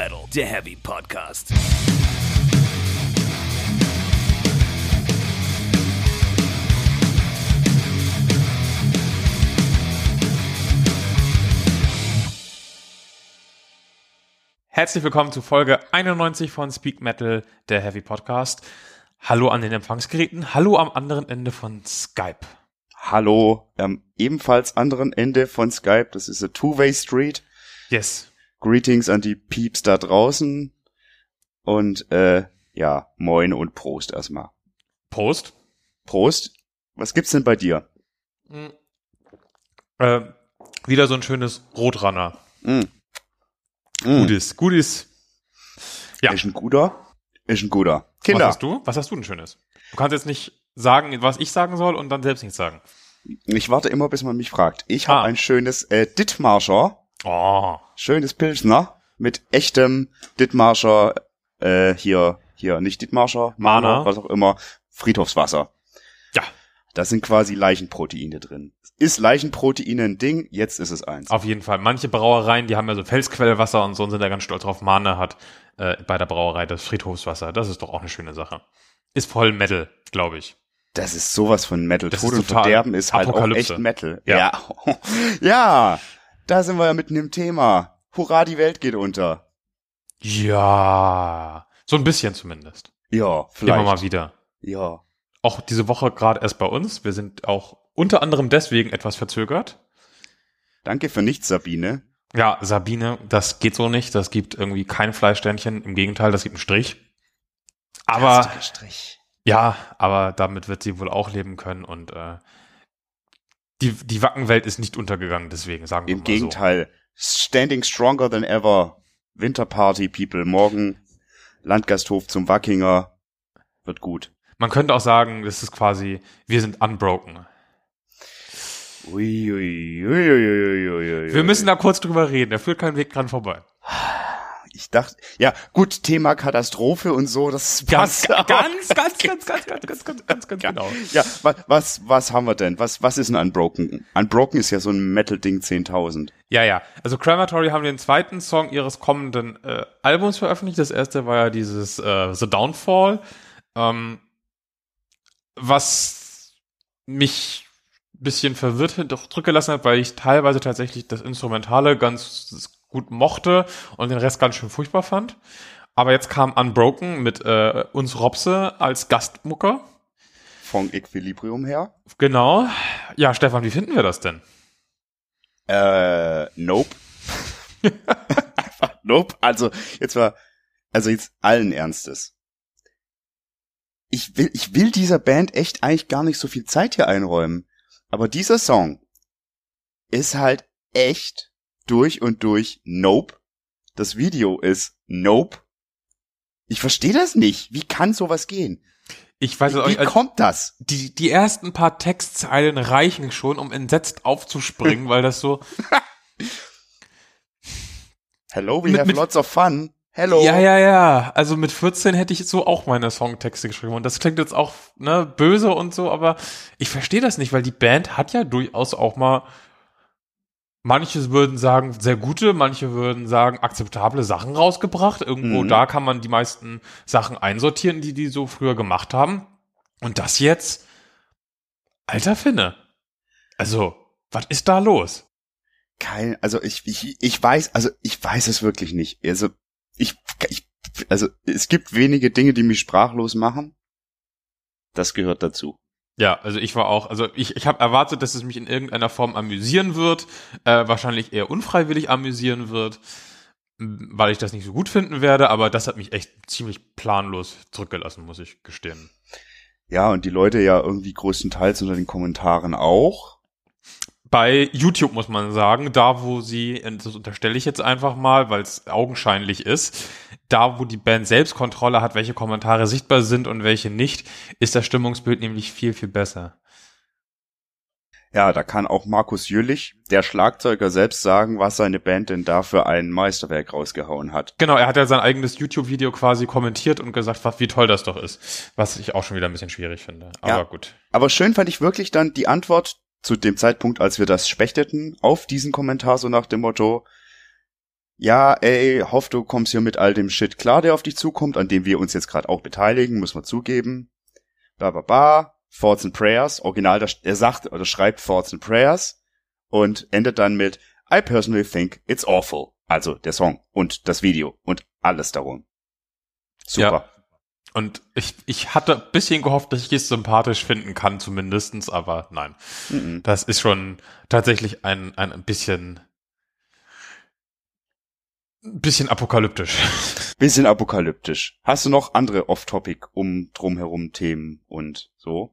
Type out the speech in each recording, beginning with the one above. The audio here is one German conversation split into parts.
Metal, der Heavy Podcast. Herzlich willkommen zu Folge 91 von Speak Metal, der Heavy Podcast. Hallo an den Empfangsgeräten, hallo am anderen Ende von Skype. Hallo, am ebenfalls anderen Ende von Skype, das ist a Two-Way Street. Yes. Greetings an die Pieps da draußen und ja, moin und Prost erstmal. Prost. Prost. Was gibt's denn bei dir? Wieder so ein schönes Rotranner. Gutes. Ja. Ist ein guter. Kinder. Was hast du denn Schönes? Du kannst jetzt nicht sagen, was ich sagen soll und dann selbst nichts sagen. Ich warte immer, bis man mich fragt. Ich habe ein schönes Dithmarscher. Oh. Schönes Pilsner mit echtem Dithmarscher, hier, nicht Dithmarscher, Mana, was auch immer, Friedhofswasser. Ja. Da sind quasi Leichenproteine drin. Ist Leichenproteine ein Ding? Jetzt ist es eins. Auf jeden Fall. Manche Brauereien, die haben ja so Felsquellwasser und so und sind da ganz stolz drauf. Mana hat bei der Brauerei das Friedhofswasser. Das ist doch auch eine schöne Sache. Ist voll Metal, glaube ich. Das ist sowas von Metal. Das Tod ist und Verderben ist halt auch Apokalypse. echt Metal. Ja. Ja, da sind wir ja mitten im Thema. Hurra, die Welt geht unter. Ja. So ein bisschen zumindest. Ja, vielleicht. Immer mal wieder. Ja. Auch diese Woche gerade erst bei uns. Wir sind auch unter anderem deswegen etwas verzögert. Danke für nichts, Sabine. Ja, Sabine, das geht so nicht. Das gibt irgendwie kein Fleischsternchen. Im Gegenteil, das gibt einen Strich. Aber Garstiger Strich. ja, aber damit wird sie wohl auch leben können und die Wackenwelt ist nicht untergegangen, deswegen sagen wir Im mal Gegenteil. Standing stronger than ever. Winterparty, people. Morgen Landgasthof zum Wackinger. Wird gut. so. Man könnte auch sagen, das ist quasi, wir sind unbroken. Wir müssen da kurz drüber reden, da führt kein Weg dran vorbei. Ich dachte, ja, gut, Thema Katastrophe und so, das passt auch. Ganz genau. Ja, was haben wir denn? Was ist ein Unbroken? Unbroken ist ja so ein Metal-Ding 10.000. Ja. Also Crematory haben den zweiten Song ihres kommenden Albums veröffentlicht. Das erste war ja dieses The Downfall, was mich ein bisschen verwirrt doch zurückgelassen hat, weil ich teilweise tatsächlich das Instrumentale ganz gut mochte und den Rest ganz schön furchtbar fand. Aber jetzt kam Unbroken mit uns Robse als Gastmucker. Von Equilibrium her. Genau. Ja, Stefan, wie finden wir das denn? Nope. Einfach nope. Also jetzt allen Ernstes. Ich will dieser Band echt eigentlich gar nicht so viel Zeit hier einräumen. Aber dieser Song ist halt echt durch und durch Nope. Das Video ist Nope. Ich verstehe das nicht. Wie kann sowas gehen? Ich weiß es auch Wie nicht. kommt das? Die ersten paar Textzeilen reichen schon, um entsetzt aufzuspringen, weil das so... Hello, we have lots of fun. Hello. Ja. Also mit 14 hätte ich so auch meine Songtexte geschrieben. Und das klingt jetzt auch böse und so, aber ich verstehe das nicht, weil die Band hat ja durchaus auch mal, manche würden sagen, sehr gute, manche würden sagen, akzeptable Sachen rausgebracht. Irgendwo da kann man die meisten Sachen einsortieren, die so früher gemacht haben. Und das jetzt? Alter Finne. Also, was ist da los? Ich weiß es wirklich nicht. Also es gibt wenige Dinge, die mich sprachlos machen. Das gehört dazu. Ja, also ich habe erwartet, dass es mich in irgendeiner Form amüsieren wird, wahrscheinlich eher unfreiwillig amüsieren wird, weil ich das nicht so gut finden werde, aber das hat mich echt ziemlich planlos zurückgelassen, muss ich gestehen. Ja, und die Leute ja irgendwie größtenteils unter den Kommentaren auch. Bei YouTube muss man sagen, da wo sie, das unterstelle ich jetzt einfach mal, weil es augenscheinlich ist, da wo die Band selbst Kontrolle hat, welche Kommentare sichtbar sind und welche nicht, ist das Stimmungsbild nämlich viel, viel besser. Ja, da kann auch Markus Jüllich, der Schlagzeuger, selbst sagen, was seine Band denn da für ein Meisterwerk rausgehauen hat. Genau, er hat ja sein eigenes YouTube-Video quasi kommentiert und gesagt, wie toll das doch ist, was ich auch schon wieder ein bisschen schwierig finde, aber ja, gut. Aber schön fand ich wirklich dann die Antwort zu dem Zeitpunkt, als wir das spechteten, auf diesen Kommentar so nach dem Motto, ja, ey, hoff, du kommst hier mit all dem Shit klar, der auf dich zukommt, an dem wir uns jetzt gerade auch beteiligen, müssen wir zugeben. Thoughts and Prayers, original, er sagt oder schreibt Thoughts and Prayers und endet dann mit I personally think it's awful. Also der Song und das Video und alles darum. Super. Ja. Und ich hatte ein bisschen gehofft, dass ich es sympathisch finden kann, zumindestens, aber nein. Das ist schon tatsächlich ein bisschen apokalyptisch. Bisschen apokalyptisch. Hast du noch andere Off-Topic drumherum Themen und so?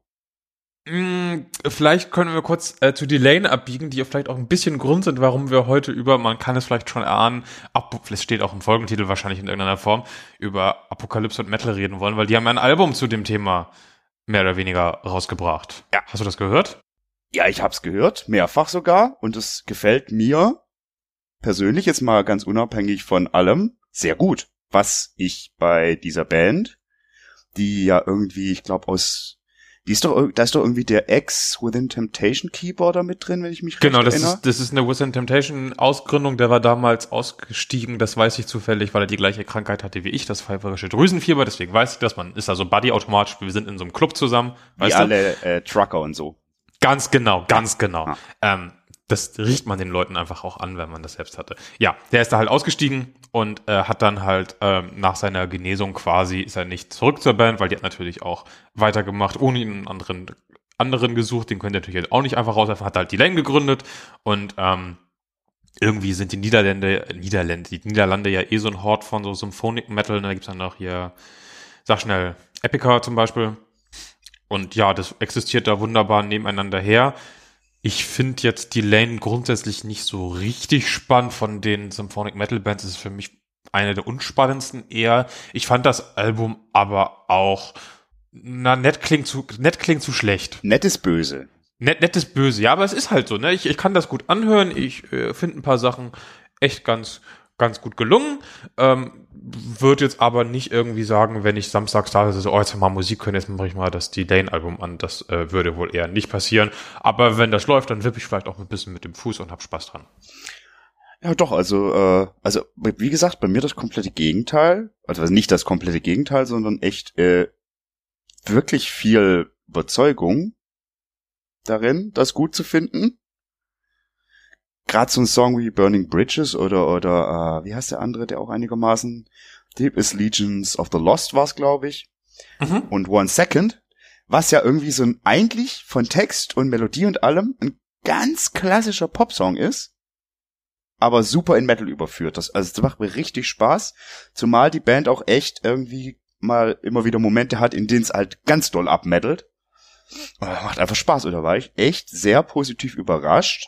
Vielleicht können wir kurz zu Delain abbiegen, die vielleicht auch ein bisschen Grund sind, warum wir heute man kann es vielleicht schon erahnen, es steht auch im Folgentitel wahrscheinlich in irgendeiner Form, über Apokalypse und Metal reden wollen, weil die haben ein Album zu dem Thema mehr oder weniger rausgebracht. Ja. Hast du das gehört? Ja, ich hab's gehört, mehrfach sogar, und es gefällt mir persönlich, jetzt mal ganz unabhängig von allem, sehr gut. Was ich bei dieser Band, die ja irgendwie, ich glaube da ist doch irgendwie der Ex Within Temptation Keyboarder mit drin, wenn ich mich recht erinnere. Genau, das ist eine Within Temptation Ausgründung, der war damals ausgestiegen, das weiß ich zufällig, weil er die gleiche Krankheit hatte wie ich, das pfeiferische Drüsenfieber, deswegen weiß ich das, man ist also Buddy automatisch, wir sind in so einem Club zusammen. Wie alle Trucker und so. Ganz genau. Ja. Das riecht man den Leuten einfach auch an, wenn man das selbst hatte. Ja, der ist da halt ausgestiegen und hat dann halt nach seiner Genesung quasi, ist er nicht zurück zur Band, weil die hat natürlich auch weitergemacht, ohne ihn einen anderen gesucht, den könnt ihr natürlich auch nicht einfach rauswerfen, hat halt die Lane gegründet und irgendwie sind die Niederlande ja eh so ein Hort von so Symphonic Metal, da gibt's dann noch hier, sag schnell, Epica zum Beispiel. Und ja, das existiert da wunderbar nebeneinander her. Ich finde jetzt die Lane grundsätzlich nicht so richtig spannend. Von den Symphonic Metal Bands ist es für mich eine der unspannendsten eher. Ich fand das Album aber auch, nett klingt zu schlecht. Nett ist böse. Nett ist böse, ja, aber es ist halt so, ne? Ich kann das gut anhören. Ich finde ein paar Sachen echt ganz gut gelungen. Würde jetzt aber nicht irgendwie sagen, wenn ich samstags da so, jetzt mal Musik hören, jetzt mache ich mal das Delain-Album an. Das würde wohl eher nicht passieren. Aber wenn das läuft, dann wippe ich vielleicht auch ein bisschen mit dem Fuß und hab Spaß dran. Ja, doch, also wie gesagt, bei mir das komplette Gegenteil. Also nicht das komplette Gegenteil, sondern echt wirklich viel Überzeugung darin, das gut zu finden. Gerade so ein Song wie Burning Bridges oder wie heißt der andere, der auch einigermaßen Deep is Legions of the Lost war's, glaube ich. Und One Second, was ja irgendwie so ein eigentlich von Text und Melodie und allem ein ganz klassischer Popsong ist, aber super in Metal überführt. Das macht mir richtig Spaß, zumal die Band auch echt irgendwie mal immer wieder Momente hat, in denen es halt ganz doll abmettelt. Macht einfach Spaß, oder war ich echt sehr positiv überrascht.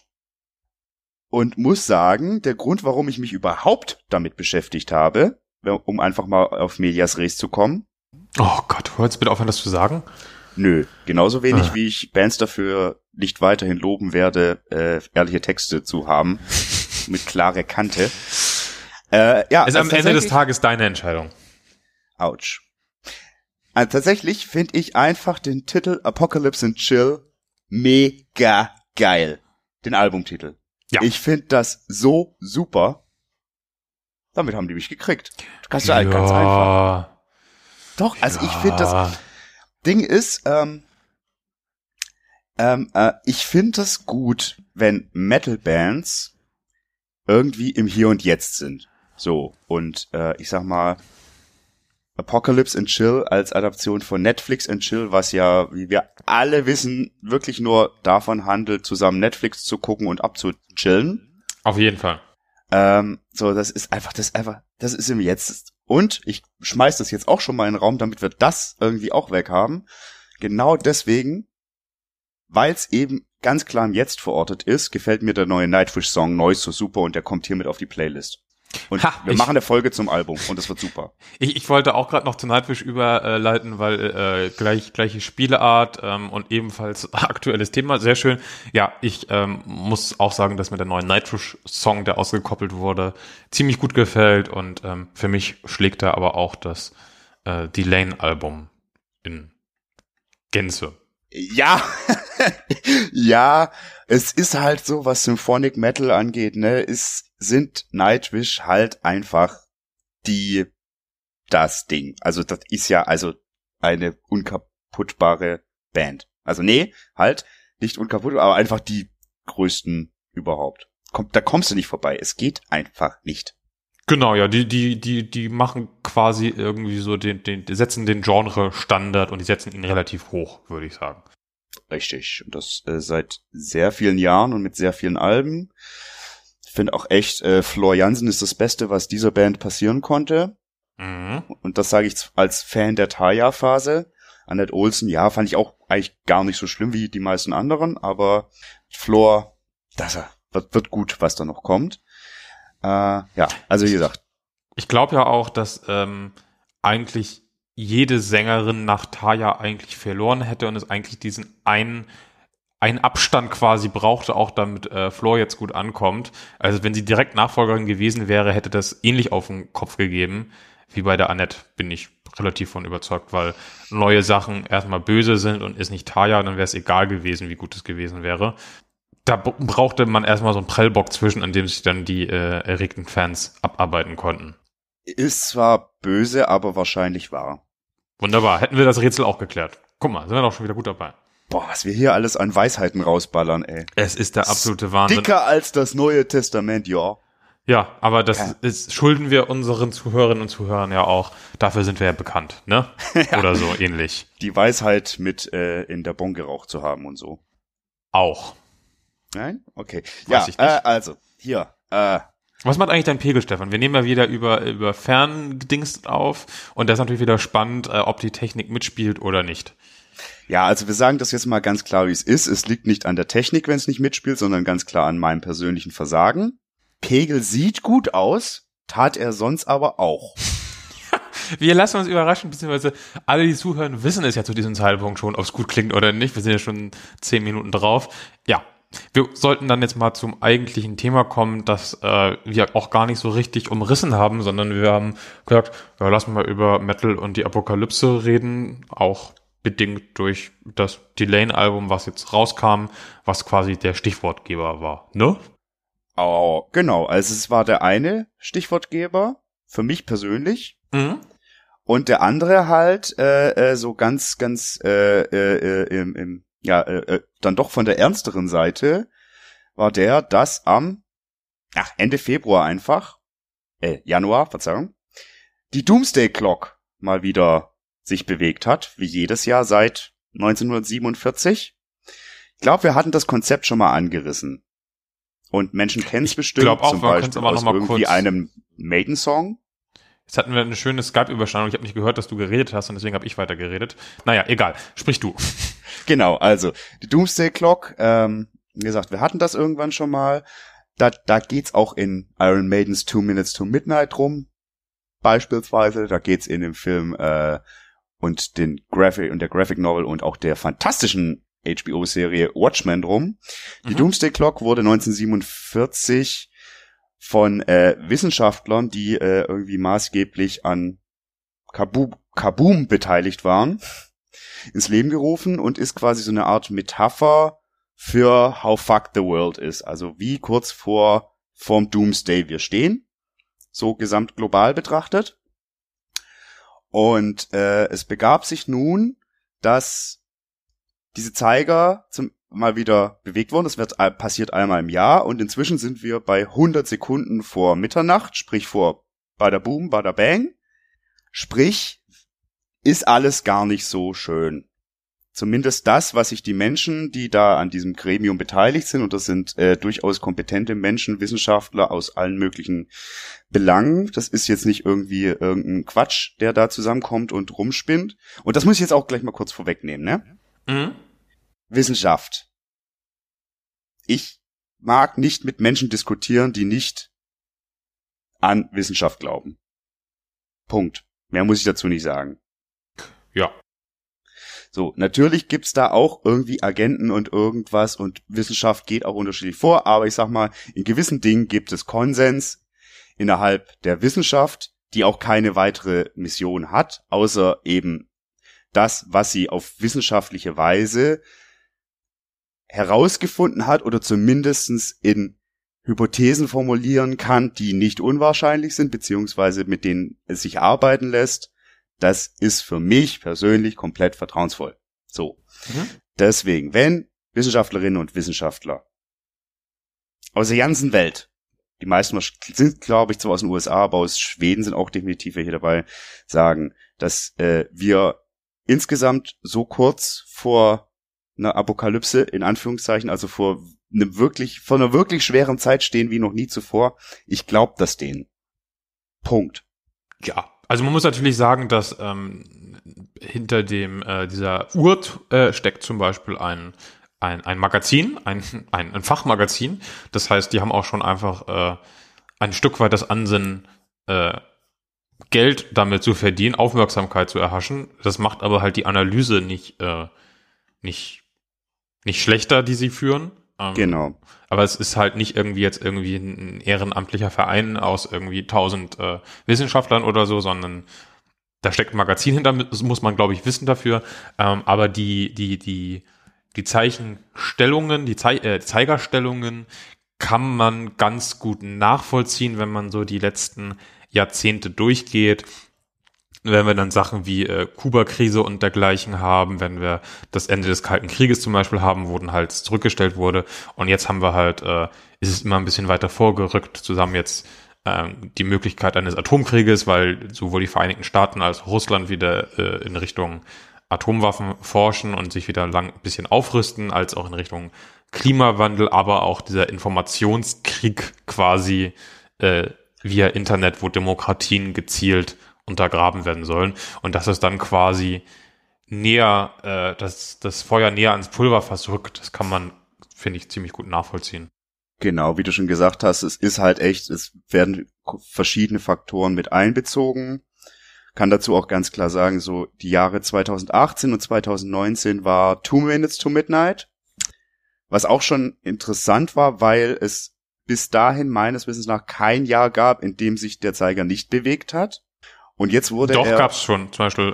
Und muss sagen, der Grund, warum ich mich überhaupt damit beschäftigt habe, um einfach mal auf Medias Res zu kommen. Oh Gott, hör jetzt bitte aufhören, das zu sagen. Nö, genauso wenig wie ich Bands dafür nicht weiterhin loben werde, ehrliche Texte zu haben, mit klarer Kante. Ist am Ende des Tages deine Entscheidung. Autsch. Also tatsächlich finde ich einfach den Titel Apocalypse and Chill mega geil. Den Albumtitel. Ja. Ich finde das so super. Damit haben die mich gekriegt. Du kannst ja ganz einfach. Doch, also ich finde das Ding ist, ich finde das gut, wenn Metal-Bands irgendwie im Hier und Jetzt sind. So, und ich sag mal, Apocalypse and Chill als Adaption von Netflix and Chill, was ja, wie wir alle wissen, wirklich nur davon handelt, zusammen Netflix zu gucken und abzuchillen. Auf jeden Fall. So, das ist im Jetzt. Und ich schmeiß das jetzt auch schon mal in den Raum, damit wir das irgendwie auch weghaben. Genau deswegen, weil es eben ganz klar im Jetzt verortet ist, gefällt mir der neue Nightwish-Song Noise so super und der kommt hiermit auf die Playlist. Und wir machen eine Folge zum Album und das wird super. Ich wollte auch gerade noch zu Nightwish überleiten, weil gleiche Spieleart und ebenfalls aktuelles Thema, sehr schön. Ja, ich muss auch sagen, dass mir der neue Nightwish-Song, der ausgekoppelt wurde, ziemlich gut gefällt und für mich schlägt er aber auch das Delain-Album in Gänze. Ja, ja, es ist halt so, was Symphonic Metal angeht, ne, sind Nightwish halt einfach das Ding. Also das ist ja also eine unkaputtbare Band. Also nee, halt, nicht unkaputtbar, aber einfach die größten überhaupt. Da kommst du nicht vorbei. Es geht einfach nicht. Genau, ja, die machen quasi irgendwie so die setzen den Genre-Standard und die setzen ihn relativ hoch, würde ich sagen. Richtig. Und das seit sehr vielen Jahren und mit sehr vielen Alben. Ich finde auch echt, Floor Jansen ist das Beste, was dieser Band passieren konnte. Mhm. Und das sage ich als Fan der Tarja-Phase. Annette Olsen, ja, fand ich auch eigentlich gar nicht so schlimm wie die meisten anderen, aber Floor, das wird gut, was da noch kommt. Ja, also wie gesagt. Ich glaube ja auch, dass eigentlich jede Sängerin nach Tarja eigentlich verloren hätte und es eigentlich diesen einen Abstand quasi brauchte, auch damit Floor jetzt gut ankommt. Also wenn sie direkt Nachfolgerin gewesen wäre, hätte das ähnlich auf den Kopf gegeben wie bei der Annette, bin ich relativ von überzeugt, weil neue Sachen erstmal böse sind und ist nicht Tarja, dann wäre es egal gewesen, wie gut es gewesen wäre. Da brauchte man erstmal so einen Prellbock zwischen, an dem sich dann die erregten Fans abarbeiten konnten. Ist zwar böse, aber wahrscheinlich wahr. Wunderbar, hätten wir das Rätsel auch geklärt. Guck mal, sind wir doch schon wieder gut dabei. Boah, was wir hier alles an Weisheiten rausballern, ey. Es ist der absolute Wahnsinn. Dicker als das Neue Testament, ja. Ja, aber das schulden wir unseren Zuhörerinnen und Zuhörern ja auch. Dafür sind wir ja bekannt, ne? Ja. Oder so ähnlich. Die Weisheit mit in der Bon geraucht zu haben und so. Auch. Nein? Okay. Weiß ich nicht. Also, hier. Was macht eigentlich dein Pegel, Stefan? Wir nehmen ja wieder über Ferngedingst auf und das ist natürlich wieder spannend, ob die Technik mitspielt oder nicht. Ja, also wir sagen das jetzt mal ganz klar, wie es ist. Es liegt nicht an der Technik, wenn es nicht mitspielt, sondern ganz klar an meinem persönlichen Versagen. Pegel sieht gut aus, tat er sonst aber auch. Wir lassen uns überraschen, beziehungsweise alle, die zuhören, wissen es ja zu diesem Zeitpunkt schon, ob es gut klingt oder nicht. Wir sind ja schon 10 Minuten drauf. Ja, wir sollten dann jetzt mal zum eigentlichen Thema kommen, das wir auch gar nicht so richtig umrissen haben, sondern wir haben gesagt, ja, lassen wir mal über Metal und die Apokalypse reden, auch bedingt durch das Delane-Album, was jetzt rauskam, was quasi der Stichwortgeber war, ne? Oh, genau, also es war der eine Stichwortgeber, für mich persönlich, und der andere halt so ganz dann doch von der ernsteren Seite war das am Ende Februar einfach, Januar, Verzeihung, die Doomsday Clock mal wieder sich bewegt hat, wie jedes Jahr seit 1947. Ich glaube, wir hatten das Konzept schon mal angerissen. Und Menschen kennen es bestimmt, auch, zum Beispiel aber aus noch mal irgendwie kurz einem Maiden-Song. Jetzt hatten wir eine schöne Skype-Überschneidung. Ich habe nicht gehört, dass du geredet hast und deswegen habe ich weiter geredet. Naja, egal. Sprich du. Genau, also die Doomsday Clock, wie gesagt, wir hatten das irgendwann schon mal. Da geht's auch in Iron Maidens 2 Minutes to Midnight rum, beispielsweise. Da geht's in dem Film und der Graphic Novel und auch der fantastischen HBO-Serie Watchmen drum. Die Doomsday Clock wurde 1947 von Wissenschaftlern, die irgendwie maßgeblich an Kaboom beteiligt waren, ins Leben gerufen und ist quasi so eine Art Metapher für how fucked the world is. Also wie kurz vorm Doomsday wir stehen, so gesamt global betrachtet. Und es begab sich nun, dass diese Zeiger mal wieder bewegt wurden. Das passiert einmal im Jahr und inzwischen sind wir bei 100 Sekunden vor Mitternacht, sprich vor Bada Boom, Bada Bang. Sprich, ist alles gar nicht so schön. Zumindest das, was sich die Menschen, die da an diesem Gremium beteiligt sind, und das sind durchaus kompetente Menschen, Wissenschaftler aus allen möglichen Belangen. Das ist jetzt nicht irgendwie irgendein Quatsch, der da zusammenkommt und rumspinnt. Und das muss ich jetzt auch gleich mal kurz vorwegnehmen, ne? Mhm. Wissenschaft. Ich mag nicht mit Menschen diskutieren, die nicht an Wissenschaft glauben. Punkt. Mehr muss ich dazu nicht sagen. Ja. So, natürlich gibt's da auch irgendwie Agenten und irgendwas und Wissenschaft geht auch unterschiedlich vor, aber ich sag mal, in gewissen Dingen gibt es Konsens innerhalb der Wissenschaft, die auch keine weitere Mission hat, außer eben das, was sie auf wissenschaftliche Weise herausgefunden hat oder zumindestens in Hypothesen formulieren kann, die nicht unwahrscheinlich sind, beziehungsweise mit denen es sich arbeiten lässt, das ist für mich persönlich komplett vertrauensvoll. So. Deswegen, wenn Wissenschaftlerinnen und Wissenschaftler aus der ganzen Welt, die meisten sind, glaube ich, zwar aus den USA, aber aus Schweden sind auch definitiv hier dabei, sagen, dass wir insgesamt so kurz vor einer Apokalypse, in Anführungszeichen, also vor einer wirklich schweren Zeit stehen wie noch nie zuvor. Ich glaube das denen. Punkt. Ja, also man muss natürlich sagen, dass hinter dieser Uhr steckt zum Beispiel ein Magazin, ein Fachmagazin. Das heißt, die haben auch schon einfach ein Stück weit das Ansinnen, Geld damit zu verdienen, Aufmerksamkeit zu erhaschen. Das macht aber halt die Analyse nicht schlechter, die sie führen. Genau. Aber es ist halt nicht irgendwie ein ehrenamtlicher Verein aus irgendwie 1000 Wissenschaftlern oder so, sondern da steckt ein Magazin hinter, das muss man, glaube ich, wissen dafür. Aber die Zeichenstellungen, die Zeigerstellungen kann man ganz gut nachvollziehen, wenn man so die letzten Jahrzehnte durchgeht. Wenn wir dann Sachen wie Kuba-Krise und dergleichen haben, wenn wir das Ende des Kalten Krieges zum Beispiel haben, wo dann halt zurückgestellt wurde. Und jetzt haben wir halt, ist es immer ein bisschen weiter vorgerückt, zusammen jetzt die Möglichkeit eines Atomkrieges, weil sowohl die Vereinigten Staaten als auch Russland wieder in Richtung Atomwaffen forschen und sich wieder ein bisschen aufrüsten, als auch in Richtung Klimawandel, aber auch dieser Informationskrieg quasi via Internet, wo Demokratien gezielt untergraben werden sollen. Und dass es dann quasi näher, das Feuer näher ans Pulverfass rückt, das kann man, finde ich, ziemlich gut nachvollziehen. Genau, wie du schon gesagt hast, es ist halt echt, es werden verschiedene Faktoren mit einbezogen. Kann dazu auch ganz klar sagen, so die Jahre 2018 und 2019 war 2 Minutes to Midnight, was auch schon interessant war, weil es bis dahin meines Wissens nach kein Jahr gab, in dem sich der Zeiger nicht bewegt hat. Und jetzt wurde Doch, gab's schon. Zum Beispiel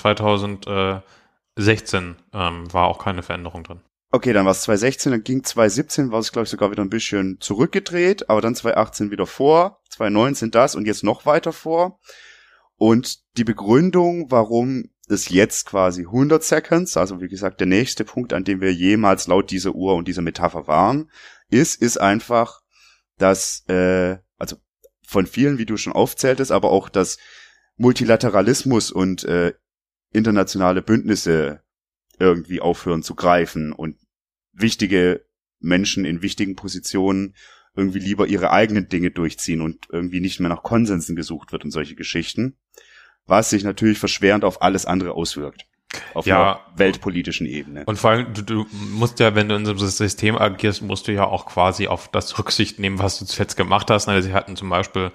2016 war auch keine Veränderung drin. Okay, dann war es 2016, dann ging 2017, war es, glaube ich, sogar wieder ein bisschen zurückgedreht, aber dann 2018 wieder vor, 2019 das und jetzt noch weiter vor. Und die Begründung, warum es jetzt quasi 100 Seconds, also wie gesagt, der nächste Punkt, an dem wir jemals laut dieser Uhr und dieser Metapher waren, ist einfach, dass, also von vielen, wie du schon aufzähltest, aber auch, dass Multilateralismus und internationale Bündnisse irgendwie aufhören zu greifen und wichtige Menschen in wichtigen Positionen irgendwie lieber ihre eigenen Dinge durchziehen und irgendwie nicht mehr nach Konsensen gesucht wird und solche Geschichten, was sich natürlich verschwerend auf alles andere auswirkt. Auf einer weltpolitischen Ebene. Und vor allem, du musst ja, wenn du in so einem System agierst, musst du ja auch quasi auf das Rücksicht nehmen, was du zuletzt gemacht hast. Also sie hatten zum Beispiel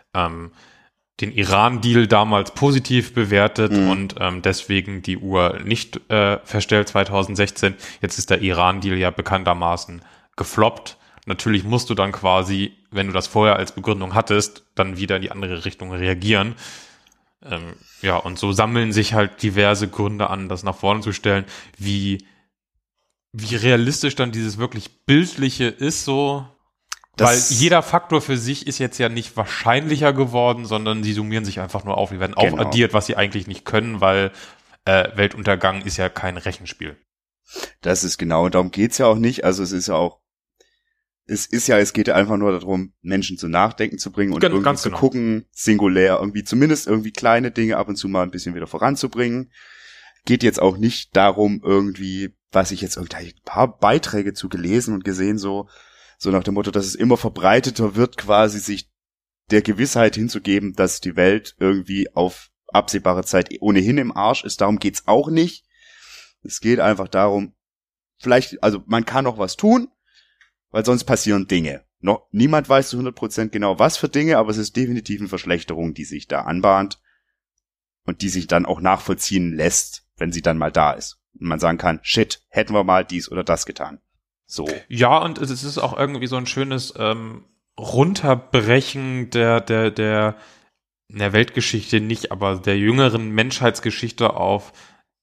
den Iran-Deal damals positiv bewertet und deswegen die Uhr nicht verstellt 2016. Jetzt ist der Iran-Deal ja bekanntermaßen gefloppt. Natürlich musst du dann quasi, wenn du das vorher als Begründung hattest, dann wieder in die andere Richtung reagieren. Und so sammeln sich halt diverse Gründe an, das nach vorne zu stellen. Wie realistisch dann dieses wirklich Bildliche ist, so. Weil jeder Faktor für sich ist jetzt ja nicht wahrscheinlicher geworden, sondern sie summieren sich einfach nur auf. Die werden aufaddiert, was sie eigentlich nicht können, weil Weltuntergang ist ja kein Rechenspiel. Das ist genau, darum geht's ja auch nicht. Also es geht ja einfach nur darum, Menschen zum Nachdenken zu bringen und irgendwie zu gucken, singulär, zumindest kleine Dinge ab und zu mal ein bisschen wieder voranzubringen. Geht jetzt auch nicht darum, irgendwie, was ich jetzt ein paar Beiträge zu gelesen und gesehen, so nach dem Motto, dass es immer verbreiteter wird, quasi sich der Gewissheit hinzugeben, dass die Welt irgendwie auf absehbare Zeit ohnehin im Arsch ist. Darum geht's auch nicht. Es geht einfach darum, man kann noch was tun, weil sonst passieren Dinge. Niemand weiß zu 100% genau, was für Dinge, aber es ist definitiv eine Verschlechterung, die sich da anbahnt und die sich dann auch nachvollziehen lässt, wenn sie dann mal da ist. Und man sagen kann, shit, hätten wir mal dies oder das getan. So. Ja, und es ist auch irgendwie so ein schönes Runterbrechen der Weltgeschichte nicht, aber der jüngeren Menschheitsgeschichte auf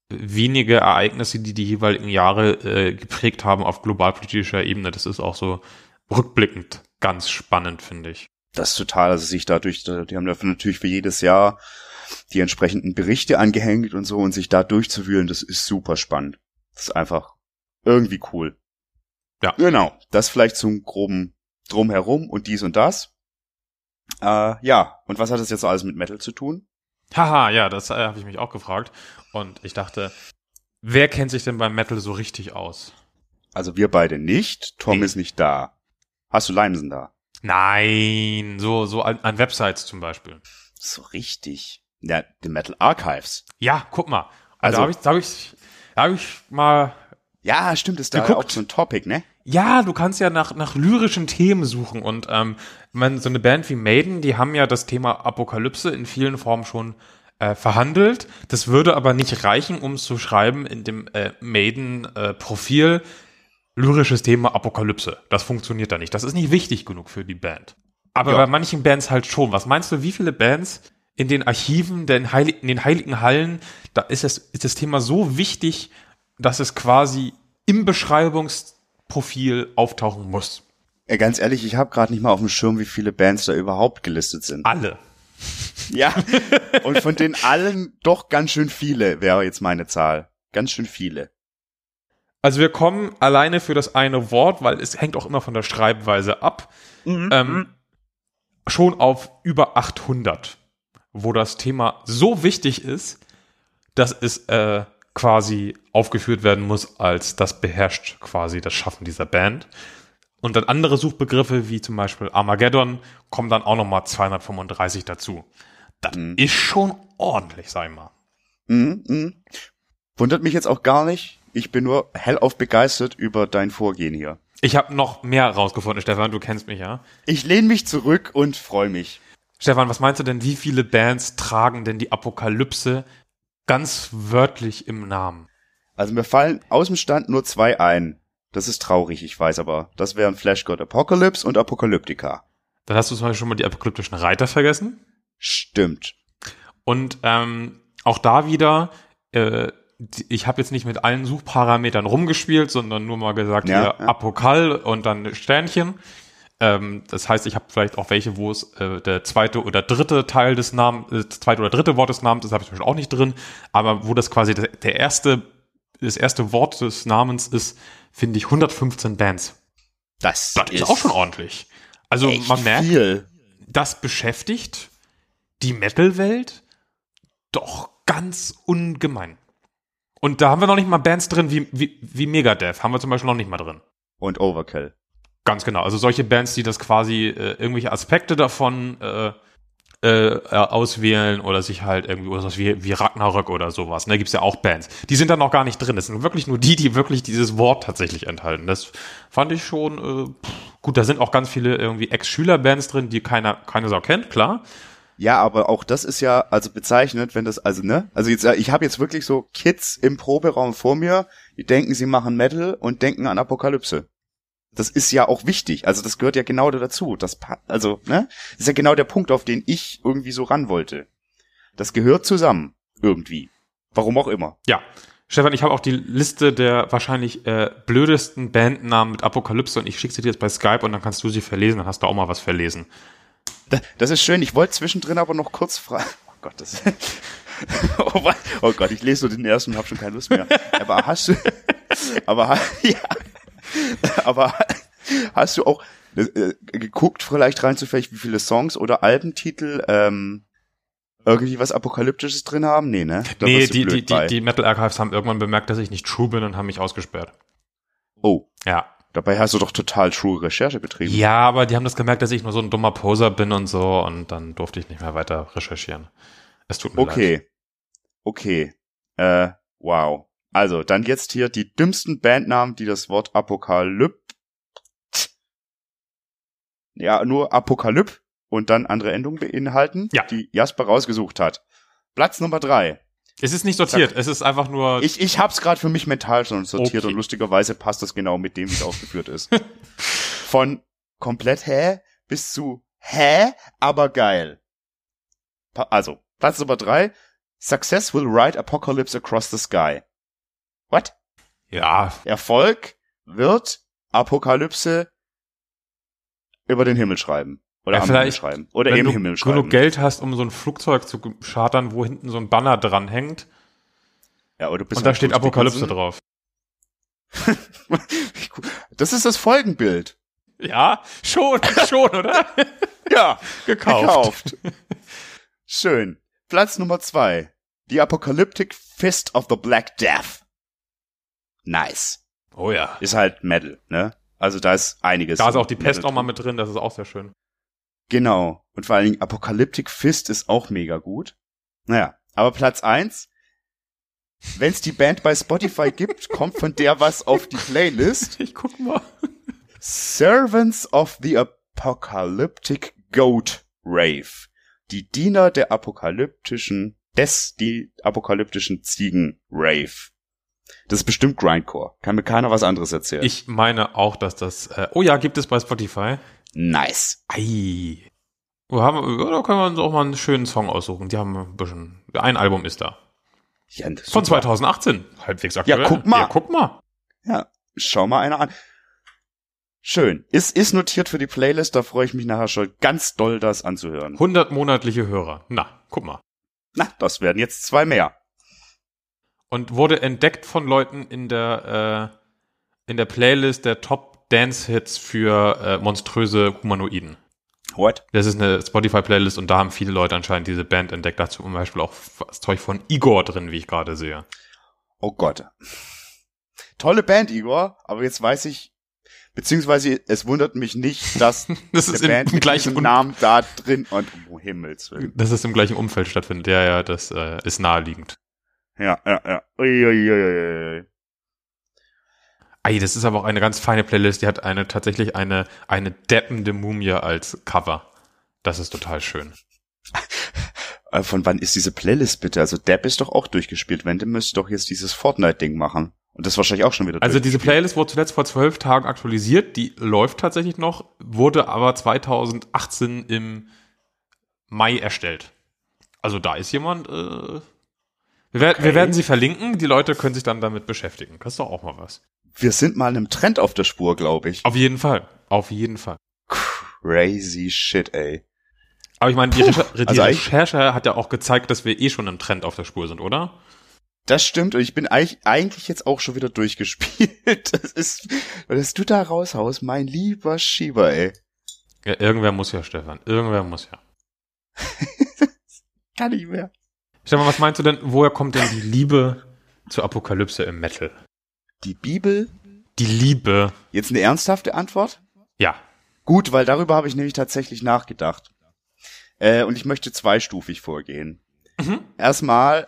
wenige Ereignisse, die die jeweiligen Jahre geprägt haben auf globalpolitischer Ebene. Das ist auch so rückblickend ganz spannend, finde ich. Das ist total, also sich dadurch, die haben dafür natürlich für jedes Jahr die entsprechenden Berichte angehängt und so und sich da durchzuwühlen, das ist super spannend. Das ist einfach irgendwie cool. Ja. Genau, das vielleicht zum groben Drumherum und dies und das. Ja, und was hat das jetzt alles mit Metal zu tun? Haha, ja, das habe ich mich auch gefragt. Und ich dachte, wer kennt sich denn beim Metal so richtig aus? Also wir beide nicht, Tom Nee. ist nicht da. Hast du Limesen da? Nein, so an Websites zum Beispiel. So richtig. Ja, die Metal Archives. Ja, guck mal. Und Also- da hab ich mal. Ja, stimmt, ist da Geguckt. auch so ein Topic, ne? Ja, du kannst ja nach lyrischen Themen suchen. Und so eine Band wie Maiden, die haben ja das Thema Apokalypse in vielen Formen schon verhandelt. Das würde aber nicht reichen, um es zu schreiben in dem Maiden-Profil. Lyrisches Thema Apokalypse. Das funktioniert da nicht. Das ist nicht wichtig genug für die Band. Aber Ja. bei manchen Bands halt schon. Was meinst du, wie viele Bands in den Archiven, in den heiligen Hallen, da ist das Thema so wichtig, dass es quasi im Beschreibungsprofil auftauchen muss? Ganz ehrlich, ich habe gerade nicht mal auf dem Schirm, wie viele Bands da überhaupt gelistet sind. Alle. Ja, und von den allen doch ganz schön viele, wäre jetzt meine Zahl. Ganz schön viele. Also wir kommen alleine für das eine Wort, weil es hängt auch immer von der Schreibweise ab, schon auf über 800, wo das Thema so wichtig ist, dass es quasi aufgeführt werden muss als das beherrscht quasi das Schaffen dieser Band. Und dann andere Suchbegriffe wie zum Beispiel Armageddon kommen dann auch nochmal 235 dazu. Das ist schon ordentlich, sag ich mal. Wundert mich jetzt auch gar nicht. Ich bin nur hellauf begeistert über dein Vorgehen hier. Ich habe noch mehr rausgefunden, Stefan, du kennst mich, ja? Ich lehne mich zurück und freue mich. Stefan, was meinst du denn, wie viele Bands tragen denn die Apokalypse ganz wörtlich im Namen? Also mir fallen aus dem Stand nur 2 ein. Das ist traurig, ich weiß, aber das wären Flash God Apocalypse und Apocalyptica. Dann hast du zum Beispiel schon mal die apokalyptischen Reiter vergessen. Stimmt. Und auch da wieder, ich habe jetzt nicht mit allen Suchparametern rumgespielt, sondern nur mal gesagt, Ja, hier Apokal und dann Sternchen. Das heißt, ich habe vielleicht auch welche, wo es der zweite oder dritte Teil des Namens, zweite oder dritte Wort des Namens, das habe ich zum Beispiel auch nicht drin, aber wo das quasi das erste Wort des Namens ist, finde ich 115 Bands. Das ist auch schon ordentlich. Also echt man merkt, viel. das beschäftigt die Metal-Welt doch ganz ungemein. Und da haben wir noch nicht mal Bands drin wie Megadeth, haben wir zum Beispiel noch nicht mal drin. Und Overkill. Ganz genau, also solche Bands, die das quasi irgendwelche Aspekte davon auswählen oder sich halt irgendwie oder sowas wie Ragnarök oder sowas. Da gibt's ja auch Bands. Die sind dann noch gar nicht drin. Das sind wirklich nur die wirklich dieses Wort tatsächlich enthalten. Das fand ich schon gut. Da sind auch ganz viele irgendwie Ex-Schüler-Bands drin, die keine Sau kennt, klar. Ja, aber auch das ist ja also bezeichnet, wenn das also also jetzt ich habe jetzt wirklich so Kids im Proberaum vor mir, die denken, sie machen Metal und denken an Apokalypse. Das ist ja auch wichtig, also das gehört ja genau dazu. Das ist ja genau der Punkt, auf den ich irgendwie so ran wollte. Das gehört zusammen irgendwie. Warum auch immer. Ja. Stefan, ich habe auch die Liste der wahrscheinlich blödesten Bandnamen mit Apokalypse und ich schicke sie dir jetzt bei Skype und dann kannst du sie verlesen, dann hast du auch mal was verlesen. Das ist schön. Ich wollte zwischendrin aber noch kurz fragen. Oh Gott, oh Gott, ich lese nur den ersten und habe schon keine Lust mehr. Aber hast du auch geguckt, vielleicht rein zufällig, wie viele Songs oder Albentitel irgendwie was Apokalyptisches drin haben? Nee, ne? Da Nee, wirst du blöd bei. die Metal Archives haben irgendwann bemerkt, dass ich nicht true bin und haben mich ausgesperrt. Oh, Ja. dabei hast du doch total true Recherche betrieben. Ja, aber die haben das gemerkt, dass ich nur so ein dummer Poser bin und so und dann durfte ich nicht mehr weiter recherchieren. Es tut mir leid. Okay. Wow. Also, dann jetzt hier die dümmsten Bandnamen, die das Wort nur Apokalyp und dann andere Endungen beinhalten, Ja. die Jasper rausgesucht hat. Platz Nummer 3. Es ist nicht sortiert, es ist einfach nur... Ich hab's gerade für mich mental schon sortiert Okay. und lustigerweise passt das genau mit dem, wie es aufgeführt ist. Von komplett bis zu aber geil. Also, Platz Nummer 3, Success will ride apocalypse across the sky. What? Ja, Erfolg wird Apokalypse über den Himmel schreiben. Oder Ja, am Himmel vielleicht, schreiben. Oder wenn im du Himmel schreiben. genug Geld hast, um so ein Flugzeug zu chartern, wo hinten so ein Banner dran hängt Ja, oder du bist und da halt steht Bruce Apokalypse Dickinson. drauf. Das ist das Folgenbild. Ja, schon, oder? Ja, Gekauft. Schön. Platz Nummer 2. The Apocalyptic Fist of the Black Death. Nice. Oh ja. Ist halt Metal, ne? Also da ist einiges. Da ist auch die Metal Pest auch mal drin. mit drin, das ist auch sehr schön. Genau. Und vor allen Dingen Apocalyptic Fist ist auch mega gut. Naja, aber Platz 1. Wenn es die Band bei Spotify gibt, kommt von der was auf die Playlist. Ich guck mal. Servants of the Apocalyptic Goat Rave. Die Diener der die apokalyptischen Ziegen Rave. Das ist bestimmt Grindcore. Kann mir keiner was anderes erzählen. Ich meine auch, dass das, oh ja, gibt es bei Spotify. Nice. Ei. Da können wir uns auch mal einen schönen Song aussuchen. Die haben ein bisschen, ein Album ist da. Ja, Von super. 2018. Halbwegs aktuell. Ja, guck mal. Ja, guck mal. Ja, schau mal einer an. Schön. Ist notiert für die Playlist, da freue ich mich nachher schon ganz doll, das anzuhören. 100 monatliche Hörer. Na, guck mal. Na, das werden jetzt 2 mehr. Und wurde entdeckt von Leuten in der Playlist der Top Dance Hits für monströse Humanoiden. What? Das ist eine Spotify-Playlist und da haben viele Leute anscheinend diese Band entdeckt. Dazu zum Beispiel auch das Zeug von Igor drin, wie ich gerade sehe. Oh Gott. Tolle Band, Igor, aber jetzt weiß ich, beziehungsweise es wundert mich nicht, dass Das ist eine Band im mit gleichen diesem Namen da drin und um Himmels Willen. dass es im gleichen Umfeld stattfindet. Ja, das ist naheliegend. Ja. Uiuiuiui. Ei, das ist aber auch eine ganz feine Playlist. Die hat tatsächlich eine deppende Mumie als Cover. Das ist total schön. Von wann ist diese Playlist bitte? Also Depp ist doch auch durchgespielt. Wenn, dann müsste doch jetzt dieses Fortnite-Ding machen. Und das ist wahrscheinlich auch schon wieder Also diese durchgespielt. Playlist wurde zuletzt vor 12 Tagen aktualisiert. Die läuft tatsächlich noch, wurde aber 2018 im Mai erstellt. Also da ist jemand. Wir werden sie verlinken. Die Leute können sich dann damit beschäftigen. Das ist doch auch mal was. Wir sind mal einem Trend auf der Spur, glaube ich. Auf jeden Fall. Auf jeden Fall. Crazy shit, ey. Aber ich meine, die Also Recherche hat ja auch gezeigt, dass wir eh schon einem Trend auf der Spur sind, oder? Das stimmt und ich bin eigentlich jetzt auch schon wieder durchgespielt. Das ist, was du da raushaust, mein lieber Schieber, ey. Ja, irgendwer muss ja, Stefan. Irgendwer muss ja. Kann nicht mehr. Stefan, was meinst du denn, woher kommt denn die Liebe zur Apokalypse im Metal? Die Bibel? Die Liebe. Jetzt eine ernsthafte Antwort? Ja. Gut, weil darüber habe ich nämlich tatsächlich nachgedacht. Und ich möchte zweistufig vorgehen. Mhm. Erstmal,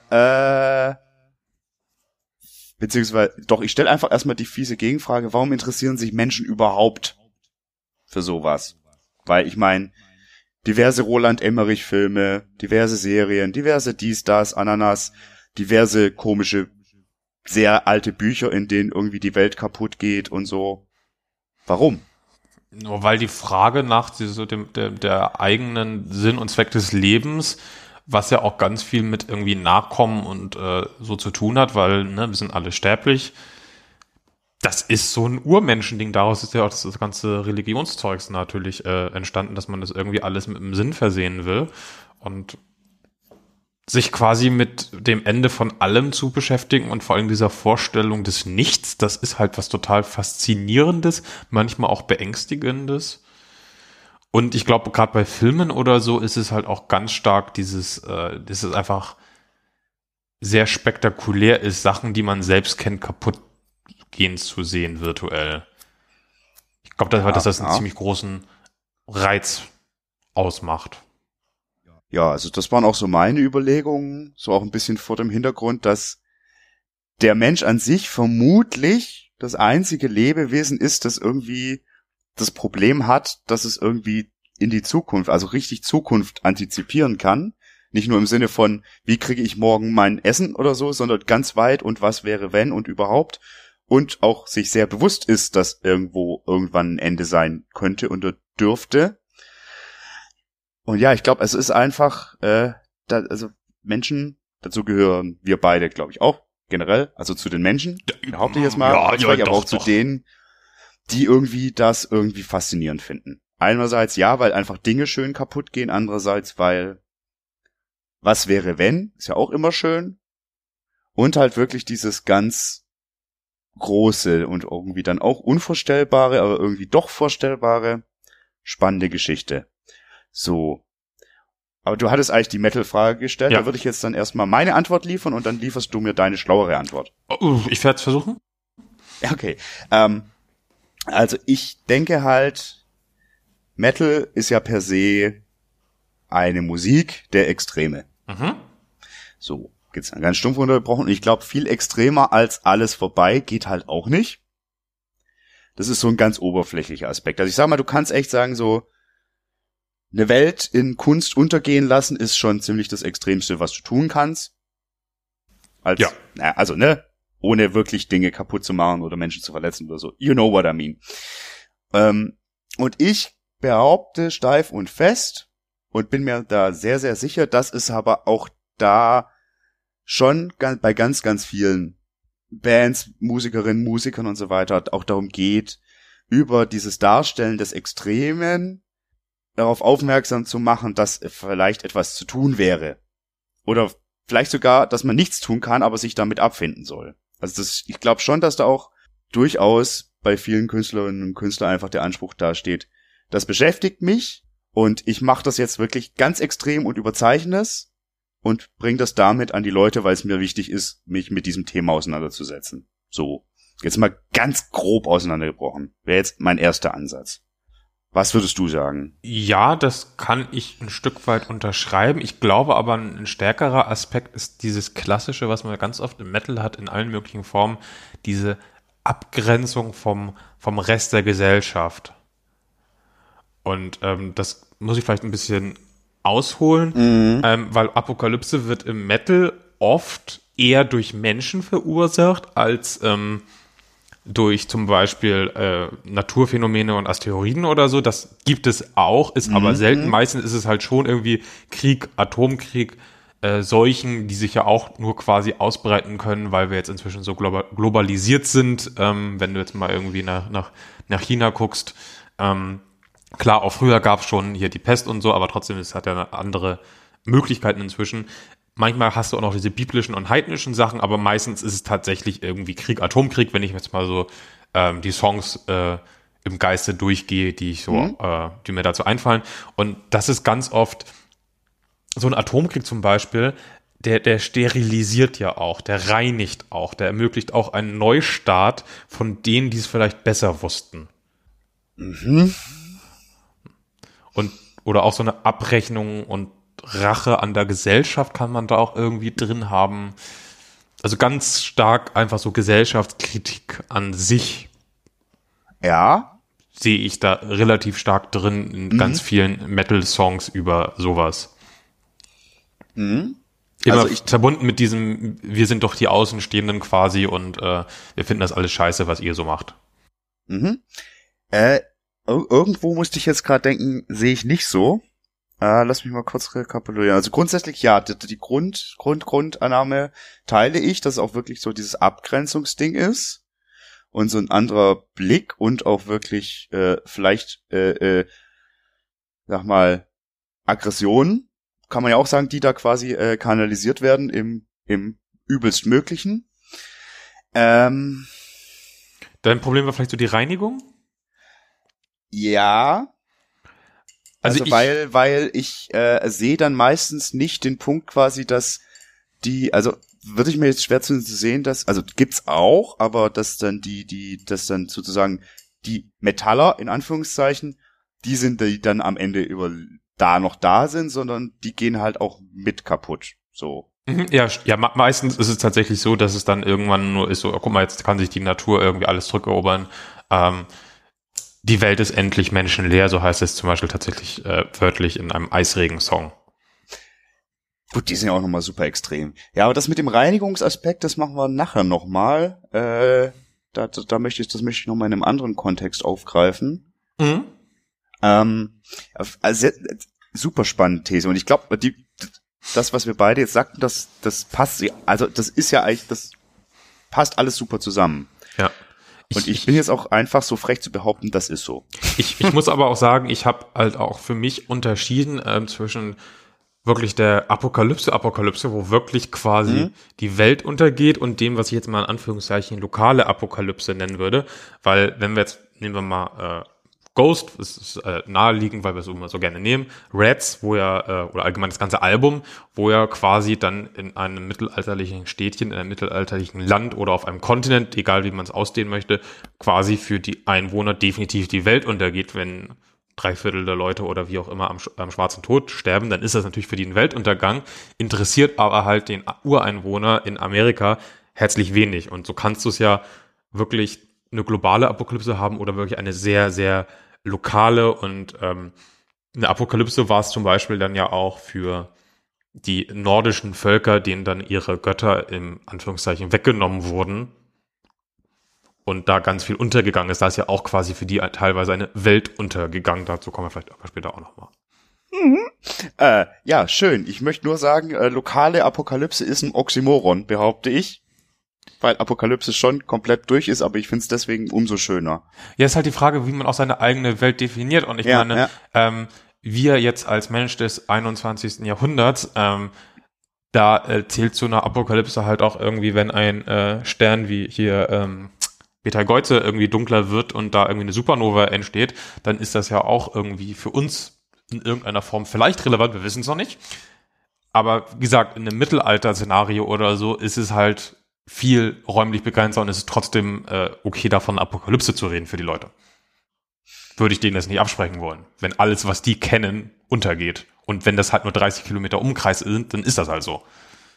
beziehungsweise, doch, ich stelle einfach erstmal die fiese Gegenfrage, warum interessieren sich Menschen überhaupt für sowas? Weil ich meine, diverse Roland Emmerich-Filme, diverse Serien, diverse dies, das, Ananas, diverse komische, sehr alte Bücher, in denen irgendwie die Welt kaputt geht und so. Warum? Nur weil die Frage nach der eigenen Sinn und Zweck des Lebens, was ja auch ganz viel mit irgendwie Nachkommen und so zu tun hat, weil wir sind alle sterblich. Das ist so ein Urmenschending. Daraus ist ja auch das ganze Religionszeugs natürlich entstanden, dass man das irgendwie alles mit einem Sinn versehen will und sich quasi mit dem Ende von allem zu beschäftigen und vor allem dieser Vorstellung des Nichts, das ist halt was total Faszinierendes, manchmal auch Beängstigendes. Und ich glaube, gerade bei Filmen oder so ist es halt auch ganz stark das ist einfach sehr spektakulär ist, Sachen, die man selbst kennt, kaputt gehen zu sehen virtuell. Ich glaube, dass das einen ziemlich großen Reiz ausmacht. Ja, also das waren auch so meine Überlegungen, so auch ein bisschen vor dem Hintergrund, dass der Mensch an sich vermutlich das einzige Lebewesen ist, das irgendwie das Problem hat, dass es irgendwie in die Zukunft, also richtig Zukunft antizipieren kann. Nicht nur im Sinne von, wie kriege ich morgen mein Essen oder so, sondern ganz weit und was wäre wenn und überhaupt. Und auch sich sehr bewusst ist, dass irgendwann ein Ende sein könnte und dürfte. Und ja, ich glaube, es ist einfach, also Menschen Dazu gehören wir beide, glaube ich, auch generell, also zu den Menschen, behaupte ich jetzt mal, ja, aber doch, auch zu denen, die irgendwie das irgendwie faszinierend finden. Einerseits ja, weil einfach Dinge schön kaputt gehen, andererseits weil was wäre wenn, ist ja auch immer schön. Und halt wirklich dieses ganz große und irgendwie dann auch unvorstellbare, aber irgendwie doch vorstellbare, spannende Geschichte. So. Aber du hattest eigentlich die Metal-Frage gestellt, Ja. Da würde ich jetzt dann erstmal meine Antwort liefern und dann lieferst du mir deine schlauere Antwort. Ich werde es versuchen. Okay. Also ich denke halt, Metal ist ja per se eine Musik der Extreme. Mhm. So, geht's dann ganz stumpf runtergebrochen. Und ich glaube, viel extremer als alles vorbei geht halt auch nicht. Das ist so ein ganz oberflächlicher Aspekt. Also ich sag mal, du kannst echt sagen, so eine Welt in Kunst untergehen lassen ist schon ziemlich das Extremste, was du tun kannst. Ja. Also, ohne wirklich Dinge kaputt zu machen oder Menschen zu verletzen oder so. You know what I mean. Und ich behaupte steif und fest und bin mir da sehr, sehr sicher, dass es aber auch da schon bei ganz, ganz vielen Bands, Musikerinnen, Musikern und so weiter auch darum geht, über dieses Darstellen des Extremen darauf aufmerksam zu machen, dass vielleicht etwas zu tun wäre. Oder vielleicht sogar, dass man nichts tun kann, aber sich damit abfinden soll. Also ich glaube schon, dass da auch durchaus bei vielen Künstlerinnen und Künstlern einfach der Anspruch dasteht, das beschäftigt mich und ich mache das jetzt wirklich ganz extrem und überzeichne es und bringe das damit an die Leute, weil es mir wichtig ist, mich mit diesem Thema auseinanderzusetzen. So, jetzt mal ganz grob auseinandergebrochen. Wäre jetzt mein erster Ansatz. Was würdest du sagen? Ja, das kann ich ein Stück weit unterschreiben. Ich glaube aber, ein stärkerer Aspekt ist dieses Klassische, was man ganz oft im Metal hat, in allen möglichen Formen, diese Abgrenzung vom Rest der Gesellschaft. Und das muss ich vielleicht ein bisschen ausholen, weil Apokalypse wird im Metal oft eher durch Menschen verursacht, als durch zum Beispiel Naturphänomene und Asteroiden oder so. Das gibt es auch, ist aber selten. Meistens ist es halt schon irgendwie Krieg, Atomkrieg, Seuchen, die sich ja auch nur quasi ausbreiten können, weil wir jetzt inzwischen so globalisiert sind. Wenn du jetzt mal irgendwie nach China guckst, klar, auch früher gab es schon hier die Pest und so, aber trotzdem, es hat ja andere Möglichkeiten inzwischen. Manchmal hast du auch noch diese biblischen und heidnischen Sachen, aber meistens ist es tatsächlich irgendwie Krieg, Atomkrieg, wenn ich jetzt mal so die Songs im Geiste durchgehe, die mir dazu einfallen. Und das ist ganz oft so ein Atomkrieg zum Beispiel, der sterilisiert ja auch, der reinigt auch, der ermöglicht auch einen Neustart von denen, die es vielleicht besser wussten. Oder auch so eine Abrechnung und Rache an der Gesellschaft kann man da auch irgendwie drin haben. Also ganz stark einfach so Gesellschaftskritik an sich. Ja. Sehe ich da relativ stark drin in ganz vielen Metal-Songs über sowas. Immer Also verbunden mit diesem, wir sind doch die Außenstehenden quasi und wir finden das alles scheiße, was ihr so macht. Irgendwo musste ich jetzt gerade denken, sehe ich nicht so. Lass mich mal kurz rekapitulieren. Also grundsätzlich ja, die Grundannahme teile ich, dass es auch wirklich so dieses Abgrenzungsding ist und so ein anderer Blick und auch wirklich vielleicht, sag mal, Aggressionen, kann man ja auch sagen, die da quasi kanalisiert werden im übelstmöglichen. Dein Problem war vielleicht so die Reinigung? Ja. Also weil ich sehe dann meistens nicht den Punkt quasi, dass also würde ich mir jetzt schwer zu sehen, also gibt's auch, aber dass dann dass dann sozusagen die Metaller in Anführungszeichen, die dann am Ende noch da sind, sondern die gehen halt auch mit kaputt, so. Ja, meistens ist es tatsächlich so, dass es dann irgendwann nur ist so, guck mal, jetzt kann sich die Natur irgendwie alles zurückerobern, die Welt ist endlich menschenleer, so heißt es zum Beispiel tatsächlich wörtlich in einem Eisregen-Song. Gut, die sind ja auch nochmal super extrem. Ja, aber das mit dem Reinigungsaspekt, das machen wir nachher nochmal. Das möchte ich nochmal in einem anderen Kontext aufgreifen. Also super spannende These. Und ich glaube, das, was wir beide jetzt sagten, das passt, also das ist ja eigentlich, das passt alles super zusammen. Ja. Und ich bin jetzt auch einfach so frech zu behaupten, das ist so. Ich muss aber auch sagen, ich habe halt auch für mich unterschieden zwischen wirklich der Apokalypse, wo wirklich quasi die Welt untergeht und dem, was ich jetzt mal in Anführungszeichen lokale Apokalypse nennen würde. Weil, wenn wir jetzt, nehmen wir mal Ghost, das ist naheliegend, weil wir es immer so gerne nehmen, Rats, wo ja, oder allgemein das ganze Album, wo ja quasi dann in einem mittelalterlichen Städtchen, in einem mittelalterlichen Land oder auf einem Kontinent, egal wie man es ausdehnen möchte, quasi für die Einwohner definitiv die Welt untergeht, wenn 3/4 der Leute oder wie auch immer am schwarzen Tod sterben, dann ist das natürlich für die ein Weltuntergang, interessiert aber halt den Ureinwohner in Amerika herzlich wenig. Und so kannst du es ja wirklich eine globale Apokalypse haben oder wirklich eine sehr, sehr lokale, und eine Apokalypse war es zum Beispiel dann ja auch für die nordischen Völker, denen dann ihre Götter im Anführungszeichen weggenommen wurden und da ganz viel untergegangen ist. Da ist ja auch quasi für die teilweise eine Welt untergegangen. Dazu kommen wir vielleicht aber später auch nochmal. Ja, schön. Ich möchte nur sagen, lokale Apokalypse ist ein Oxymoron, behaupte ich. Weil Apokalypse schon komplett durch ist, aber ich finde es deswegen umso schöner. Ja, ist halt die Frage, wie man auch seine eigene Welt definiert. Und ich meine, wir jetzt als Mensch des 21. Jahrhunderts, da zählt zu einer Apokalypse halt auch irgendwie, wenn ein Stern wie hier Betelgeuse irgendwie dunkler wird und da irgendwie eine Supernova entsteht, dann ist das ja auch irgendwie für uns in irgendeiner Form vielleicht relevant, wir wissen es noch nicht. Aber wie gesagt, in einem Mittelalter-Szenario oder so ist es halt viel räumlich begrenzter und es ist trotzdem okay, davon Apokalypse zu reden für die Leute. Würde ich denen das nicht absprechen wollen. Wenn alles, was die kennen, untergeht. Und wenn das halt nur 30 Kilometer Umkreis sind, dann ist das halt so.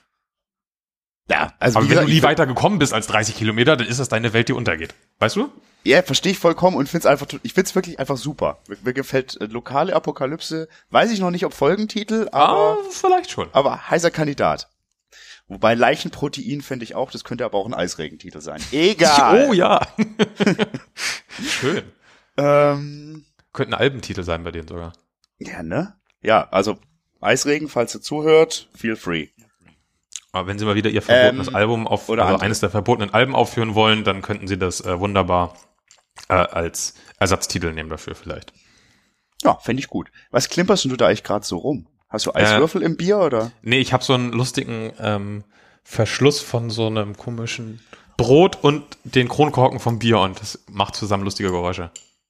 Ja, also aber wenn du nie weiter gekommen bist als 30 Kilometer, dann ist das deine Welt, die untergeht. Weißt du? Ja, verstehe ich vollkommen und ich find's wirklich einfach super. Mir gefällt lokale Apokalypse, weiß ich noch nicht, ob Folgentitel, aber vielleicht schon. Aber heißer Kandidat. Wobei Leichenprotein fände ich auch, das könnte aber auch ein Eisregentitel sein. Egal. Oh ja. Schön. Könnte ein Albentitel sein bei denen sogar. Ja, ne? Ja, also Eisregen, falls ihr zuhört, feel free. Aber wenn sie mal wieder ihr verbotenes Album oder eines der verbotenen Alben aufführen wollen, dann könnten sie das wunderbar als Ersatztitel nehmen dafür vielleicht. Ja, fände ich gut. Was klimperst du da eigentlich gerade so rum? Hast du Eiswürfel im Bier, oder? Nee, ich habe so einen lustigen Verschluss von so einem komischen Brot und den Kronkorken vom Bier und das macht zusammen lustige Geräusche.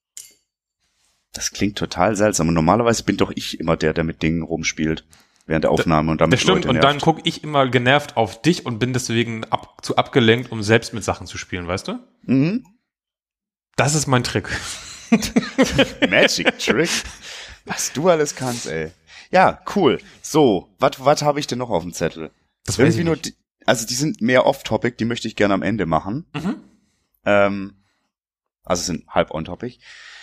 Das klingt total seltsam. Und normalerweise bin doch ich immer der mit Dingen rumspielt während der Aufnahme und damit das stimmt, Leute und nervt. dann gucke ich immer genervt auf dich und bin deswegen zu abgelenkt, um selbst mit Sachen zu spielen, weißt du? Mhm. Das ist mein Trick. Magic Trick. Was du alles kannst, ey. Ja, cool. So, was habe ich denn noch auf dem Zettel? Das weiß ich nur, nicht. Also die sind mehr off-topic, die möchte ich gerne am Ende machen. Also sind halb on-topic.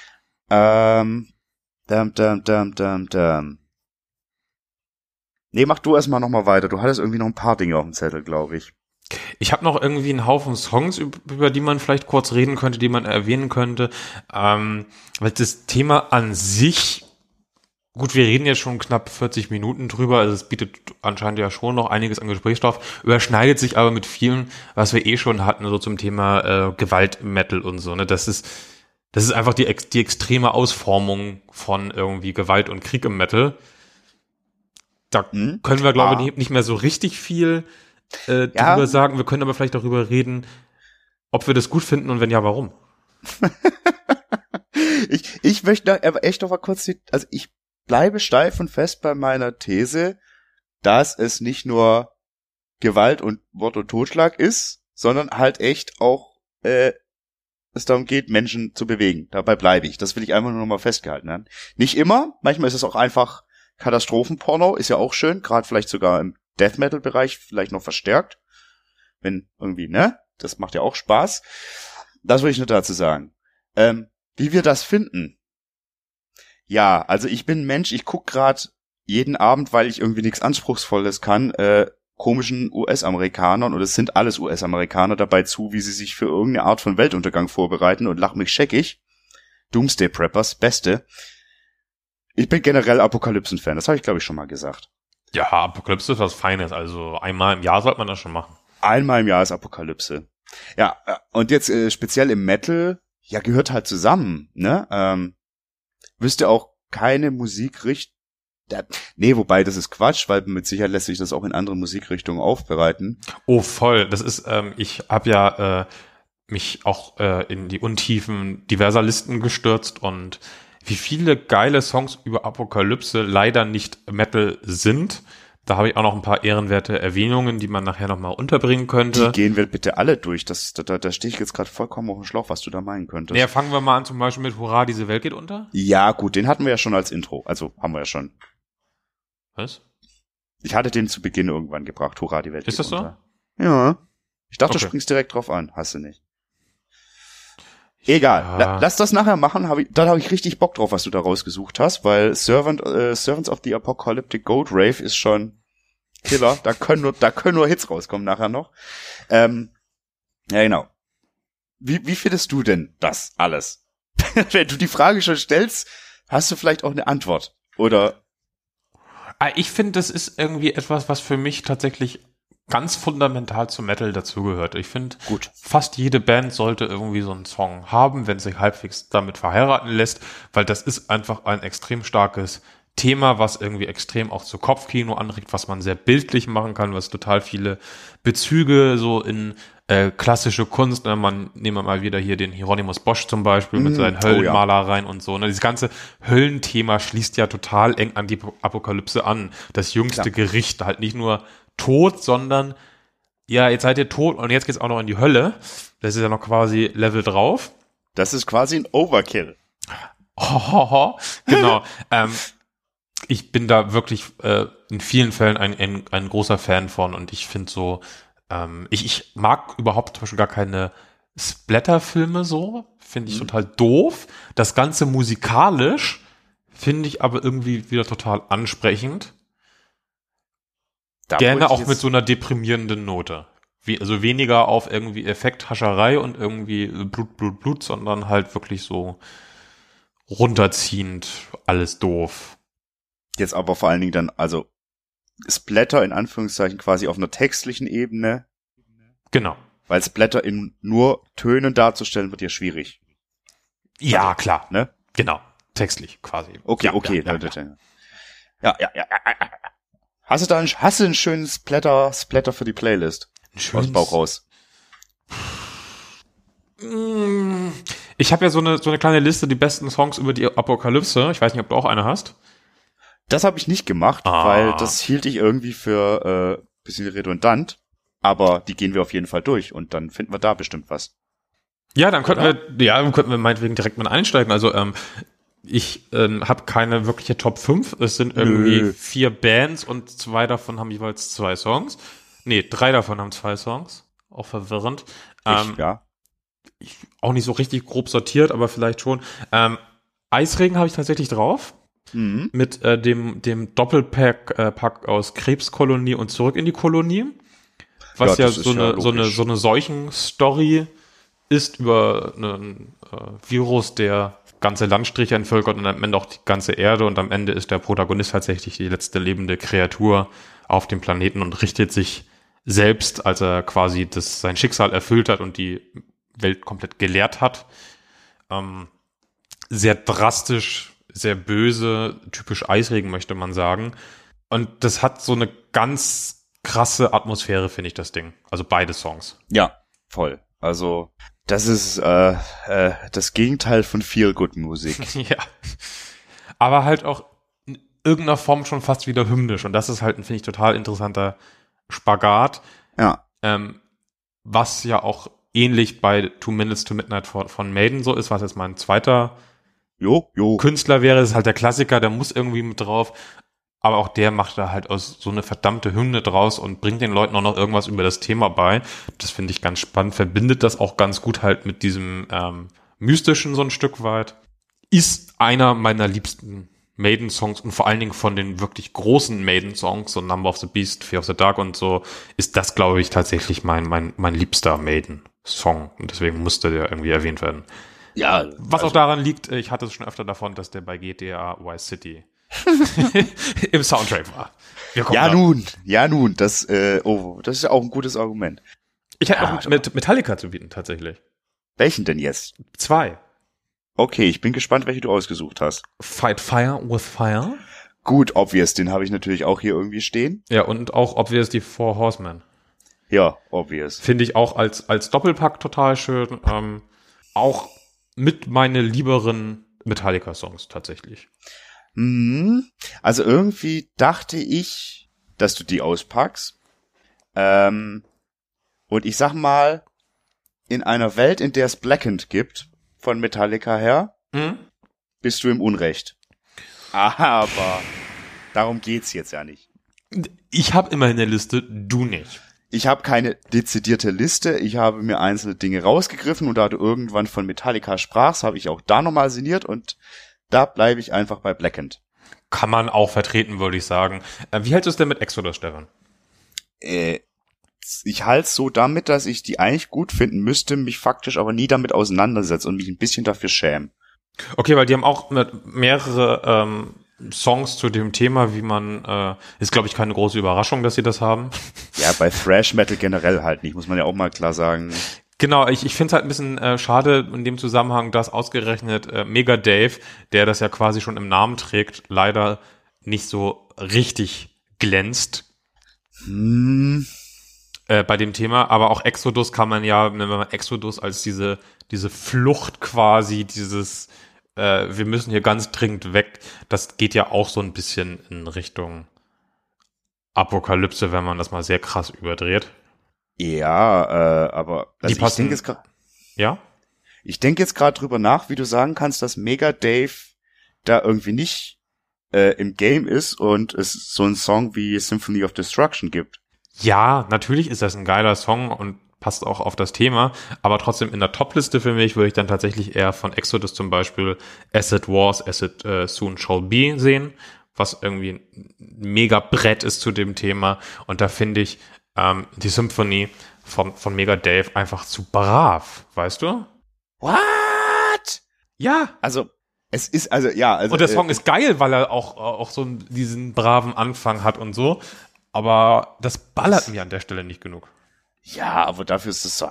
Nee, mach du erstmal nochmal weiter. Du hattest irgendwie noch ein paar Dinge auf dem Zettel, glaube ich. Ich habe noch irgendwie einen Haufen Songs, über die man vielleicht kurz reden könnte, die man erwähnen könnte. Weil das Thema an sich, gut, wir reden jetzt schon knapp 40 Minuten drüber, also es bietet anscheinend ja schon noch einiges an Gesprächsstoff, überschneidet sich aber mit vielen, was wir schon hatten, so zum Thema Gewalt im Metal und so, ne? Das ist einfach die extreme Ausformung von irgendwie Gewalt und Krieg im Metal. Da können wir, glaube ich, nicht mehr so richtig viel drüber sagen. Wir können aber vielleicht darüber reden, ob wir das gut finden und wenn ja, warum. Ich möchte aber echt noch mal kurz, also ich bleibe steif und fest bei meiner These, dass es nicht nur Gewalt und Mord und Totschlag ist, sondern halt echt auch es darum geht, Menschen zu bewegen. Dabei bleibe ich. Das will ich einfach nur noch mal festgehalten haben. Nicht immer. Manchmal ist es auch einfach Katastrophenporno. Ist ja auch schön. Gerade vielleicht sogar im Death Metal Bereich vielleicht noch verstärkt. Wenn irgendwie, ne? Das macht ja auch Spaß. Das will ich nur dazu sagen. Wie wir das finden. Ja, also ich bin ein Mensch. Ich guck gerade jeden Abend, weil ich irgendwie nichts Anspruchsvolles kann, komischen US-Amerikanern, und es sind alles US-Amerikaner, dabei zu, wie sie sich für irgendeine Art von Weltuntergang vorbereiten und lach mich scheckig. Doomsday Preppers, beste. Ich bin generell Apokalypsen-Fan, das habe ich glaube ich schon mal gesagt. Ja, Apokalypse ist was Feines. Also einmal im Jahr sollte man das schon machen. Einmal im Jahr ist Apokalypse. Ja, und jetzt speziell im Metal, ja, gehört halt zusammen, ne? Wüsste auch keine Musikrichtung. Nee, wobei, das ist Quatsch, weil mit Sicherheit lässt sich das auch in anderen Musikrichtungen aufbereiten. Oh, voll. Das ist, ich habe ja mich auch in die Untiefen diverser Listen gestürzt und wie viele geile Songs über Apokalypse leider nicht Metal sind. Da habe ich auch noch ein paar ehrenwerte Erwähnungen, die man nachher nochmal unterbringen könnte. Die gehen wir bitte alle durch. Da stehe ich jetzt gerade vollkommen auf dem Schlauch, was du da meinen könntest. Naja, fangen wir mal an zum Beispiel mit Hurra, diese Welt geht unter. Ja, gut, den hatten wir ja schon als Intro. Also, haben wir ja schon. Was? Ich hatte den zu Beginn irgendwann gebracht. Hurra, die Welt geht Ist das unter. Ja. Ich dachte, Okay. du springst direkt drauf an. Hast du nicht. Egal. Ja. Lass das nachher machen. Da habe ich richtig Bock drauf, was du da rausgesucht hast, weil Servants of the Apocalyptic Gold Rave ist schon Killer. Da können nur Hits rauskommen nachher noch. Ja, genau. Wie findest du denn das alles? Wenn du die Frage schon stellst, hast du vielleicht auch eine Antwort. Oder? Ich finde, das ist irgendwie etwas, was für mich tatsächlich ganz fundamental zum Metal dazugehört. Ich finde, Gut. fast jede Band sollte irgendwie so einen Song haben, wenn sich halbwegs damit verheiraten lässt, weil das ist einfach ein extrem starkes Thema, was irgendwie extrem auch zu Kopfkino anregt, was man sehr bildlich machen kann, was total viele Bezüge so in klassische Kunst, ne? Nehmen wir mal wieder hier den Hieronymus Bosch zum Beispiel mit seinen Höllenmalereien und so. Ne? Dieses ganze Höllenthema schließt ja total eng an die Apokalypse an. Das jüngste Gericht, halt nicht nur Tod, sondern ja, jetzt seid ihr tot und jetzt geht's auch noch in die Hölle. Das ist ja noch quasi Level drauf. Das ist quasi ein Overkill. Genau. Ich bin da wirklich in vielen Fällen ein großer Fan von und ich finde so, ich mag überhaupt zum Beispiel gar keine Splatter-Filme so, finde ich total doof. Das Ganze musikalisch finde ich aber irgendwie wieder total ansprechend. Da Gerne wollte ich auch jetzt- mit so einer deprimierenden Note. Also weniger auf irgendwie Effekthascherei und irgendwie Blut, sondern halt wirklich so runterziehend, alles doof. Jetzt aber vor allen Dingen dann, also Splatter in Anführungszeichen quasi auf einer textlichen Ebene, Genau. weil Splatter in nur Tönen darzustellen wird ja schwierig, Ja, klar. ne? Genau. Textlich quasi. Okay, Ja, okay. Ja, Ja. Hast du einen schönen Splatter für die Playlist? Aus dem Bauch raus. Ich habe ja so eine kleine Liste, die besten Songs über die Apokalypse. Ich weiß nicht, ob du auch eine hast. Das habe ich nicht gemacht, weil das hielt ich irgendwie für bisschen redundant. Aber die gehen wir auf jeden Fall durch und dann finden wir da bestimmt was. Ja, dann könnten wir meinetwegen direkt mal einsteigen. Also ich habe keine wirkliche Top 5. Es sind irgendwie 4 Bands und 2 davon haben jeweils 2 Songs. Nee, 3 davon haben 2 Songs. Auch verwirrend. Ja. Auch nicht so richtig grob sortiert, aber vielleicht schon. Eisregen habe ich tatsächlich drauf. Mhm. Mit dem Doppelpack aus Krebskolonie und Zurück in die Kolonie. Was Ja, ja das ist so ja eine logisch. Seuchenstory ist über einen Virus, der ganze Landstriche entvölkert und am Ende auch die ganze Erde und am Ende ist der Protagonist tatsächlich die letzte lebende Kreatur auf dem Planeten und richtet sich selbst, als er quasi sein Schicksal erfüllt hat und die Welt komplett geleert hat. Sehr drastisch, sehr böse, typisch Eisregen, möchte man sagen. Und das hat so eine ganz krasse Atmosphäre, finde ich, das Ding. Also beide Songs. Ja, voll. Also, das ist das Gegenteil von Feel-Good-Musik. Ja. Aber halt auch in irgendeiner Form schon fast wieder hymnisch. Und das ist halt ein, finde ich, total interessanter Spagat. Ja. Was ja auch ähnlich bei 2 Minutes to Midnight von Maiden so ist, was jetzt mein zweiter Jo. Künstler wäre. Das ist halt der Klassiker, der muss irgendwie mit drauf. Aber auch der macht da halt aus so eine verdammte Hymne draus und bringt den Leuten auch noch irgendwas über das Thema bei. Das finde ich ganz spannend. Verbindet das auch ganz gut halt mit diesem Mystischen so ein Stück weit. Ist einer meiner liebsten Maiden-Songs und vor allen Dingen von den wirklich großen Maiden-Songs, so Number of the Beast, Fear of the Dark und so, ist das, glaube ich, tatsächlich mein liebster Maiden-Song. Und deswegen musste der irgendwie erwähnt werden. Ja. Was auch daran liegt, ich hatte es schon öfter davon, dass der bei GTA Vice City im Soundtrack war. Ja nun, das ist ja auch ein gutes Argument. Ich hätte noch mit Metallica zu bieten, tatsächlich. Welchen denn jetzt? 2. Okay, ich bin gespannt, welche du ausgesucht hast. Fight Fire with Fire. Gut, Obvious, den habe ich natürlich auch hier irgendwie stehen. Ja, und auch Obvious die Four Horsemen. Ja, Obvious. Finde ich auch als Doppelpack total schön. Auch mit meine lieberen Metallica-Songs tatsächlich. Also irgendwie dachte ich, dass du die auspackst. Und ich sag mal, in einer Welt, in der es Blackened gibt, von Metallica her, bist du im Unrecht. Aber darum geht's jetzt ja nicht. Ich habe immer eine Liste, du nicht. Ich habe keine dezidierte Liste, ich habe mir einzelne Dinge rausgegriffen und da du irgendwann von Metallica sprachst, habe ich auch da nochmal sinniert und da bleibe ich einfach bei Blackened. Kann man auch vertreten, würde ich sagen. Wie hältst du es denn mit Exodus, Stefan? Ich halte es so damit, dass ich die eigentlich gut finden müsste, mich faktisch aber nie damit auseinandersetze und mich ein bisschen dafür schäme. Okay, weil die haben auch mehrere Songs zu dem Thema, wie man, ist glaube ich keine große Überraschung, dass sie das haben. Ja, bei Thrash Metal generell halt nicht, muss man ja auch mal klar sagen. Genau, ich finde es halt ein bisschen schade in dem Zusammenhang, dass ausgerechnet Mega Dave, der das ja quasi schon im Namen trägt, leider nicht so richtig glänzt bei dem Thema. Aber auch Exodus kann man ja, wenn man Exodus als diese Flucht quasi, dieses wir müssen hier ganz dringend weg, das geht ja auch so ein bisschen in Richtung Apokalypse, wenn man das mal sehr krass überdreht. Ja, aber also die passen, ich denke jetzt gerade drüber nach, wie du sagen kannst, dass Mega Dave da irgendwie nicht im Game ist und es so einen Song wie Symphony of Destruction gibt. Ja, natürlich ist das ein geiler Song und passt auch auf das Thema, aber trotzdem in der Top-Liste für mich würde ich dann tatsächlich eher von Exodus zum Beispiel As It Was, As It Soon Shall Be sehen, was irgendwie ein mega Brett ist zu dem Thema und da finde ich die Symphonie von Mega Dave einfach zu brav, weißt du? What? Ja. Also, es ist, also, ja. Also, und der Song ist geil, weil er auch so diesen braven Anfang hat und so, aber das ballert mir an der Stelle nicht genug. Ja, aber dafür ist es so,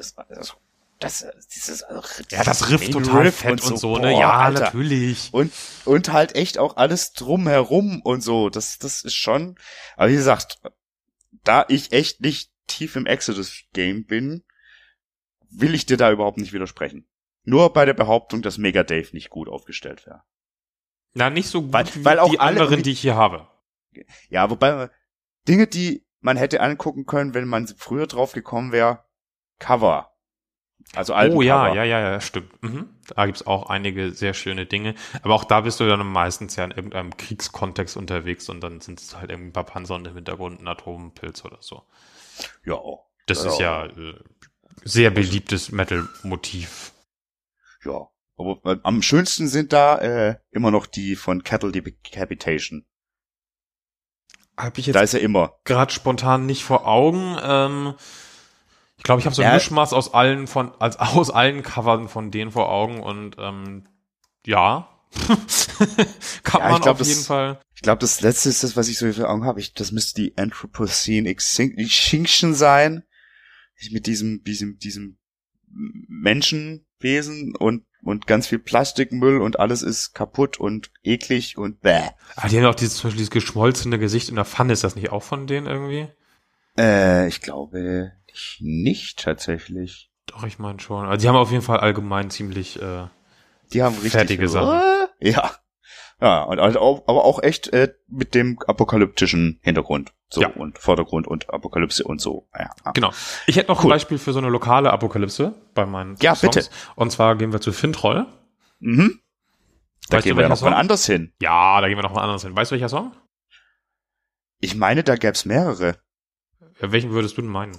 das Riff total fett und so, ne? Ja, Alter. Natürlich. Und halt echt auch alles drumherum und so, das ist schon, aber wie gesagt, da ich echt nicht tief im Exodus-Game bin, will ich dir da überhaupt nicht widersprechen. Nur bei der Behauptung, dass Mega Dave nicht gut aufgestellt wäre. Na, nicht so gut weil auch die anderen, die ich hier habe. Ja, wobei Dinge, die man hätte angucken können, wenn man früher drauf gekommen wäre, Cover. Also Alben. Oh ja, ja, stimmt. Da gibt's auch einige sehr schöne Dinge. Aber auch da bist du dann meistens ja in irgendeinem Kriegskontext unterwegs und dann sind es halt irgendwie ein paar Panzer und im Hintergrund ein Atompilz oder so. Ja. Das ist ja sehr beliebtes Metal-Motiv. Ja. Aber am schönsten sind da immer noch die von Cattle Decapitation. Hab ich jetzt da ist er immer. Gerade spontan nicht vor Augen. Ich glaube, ich habe so ein Mischmaß aus allen Covern von denen vor Augen und ja. Kann man auf jeden Fall. Ich glaube, das letzte ist das, was ich so vor Augen habe. Das müsste die Anthropocene Extinction sein. Mit diesem Menschenwesen und ganz viel Plastikmüll und alles ist kaputt und eklig und bäh. Ah, die haben auch zum Beispiel dieses geschmolzene Gesicht in der Pfanne. Ist das nicht auch von denen irgendwie? Ich glaube nicht tatsächlich. Doch, ich meine schon. Also die haben auf jeden Fall allgemein ziemlich die haben richtig fertige Sachen. Ja. Ja, und also aber auch echt mit dem apokalyptischen Hintergrund. So, ja. Und Vordergrund und Apokalypse und so. Ja. Genau. Ich hätte noch ein Beispiel für so eine lokale Apokalypse bei meinen Songs. Bitte. Und zwar gehen wir zu Fintroll. Da gehen wir ja noch mal anders hin. Ja, da gehen wir noch mal anders hin. Weißt du, welcher Song? Ich meine, da gäb's mehrere. Ja, welchen würdest du denn meinen?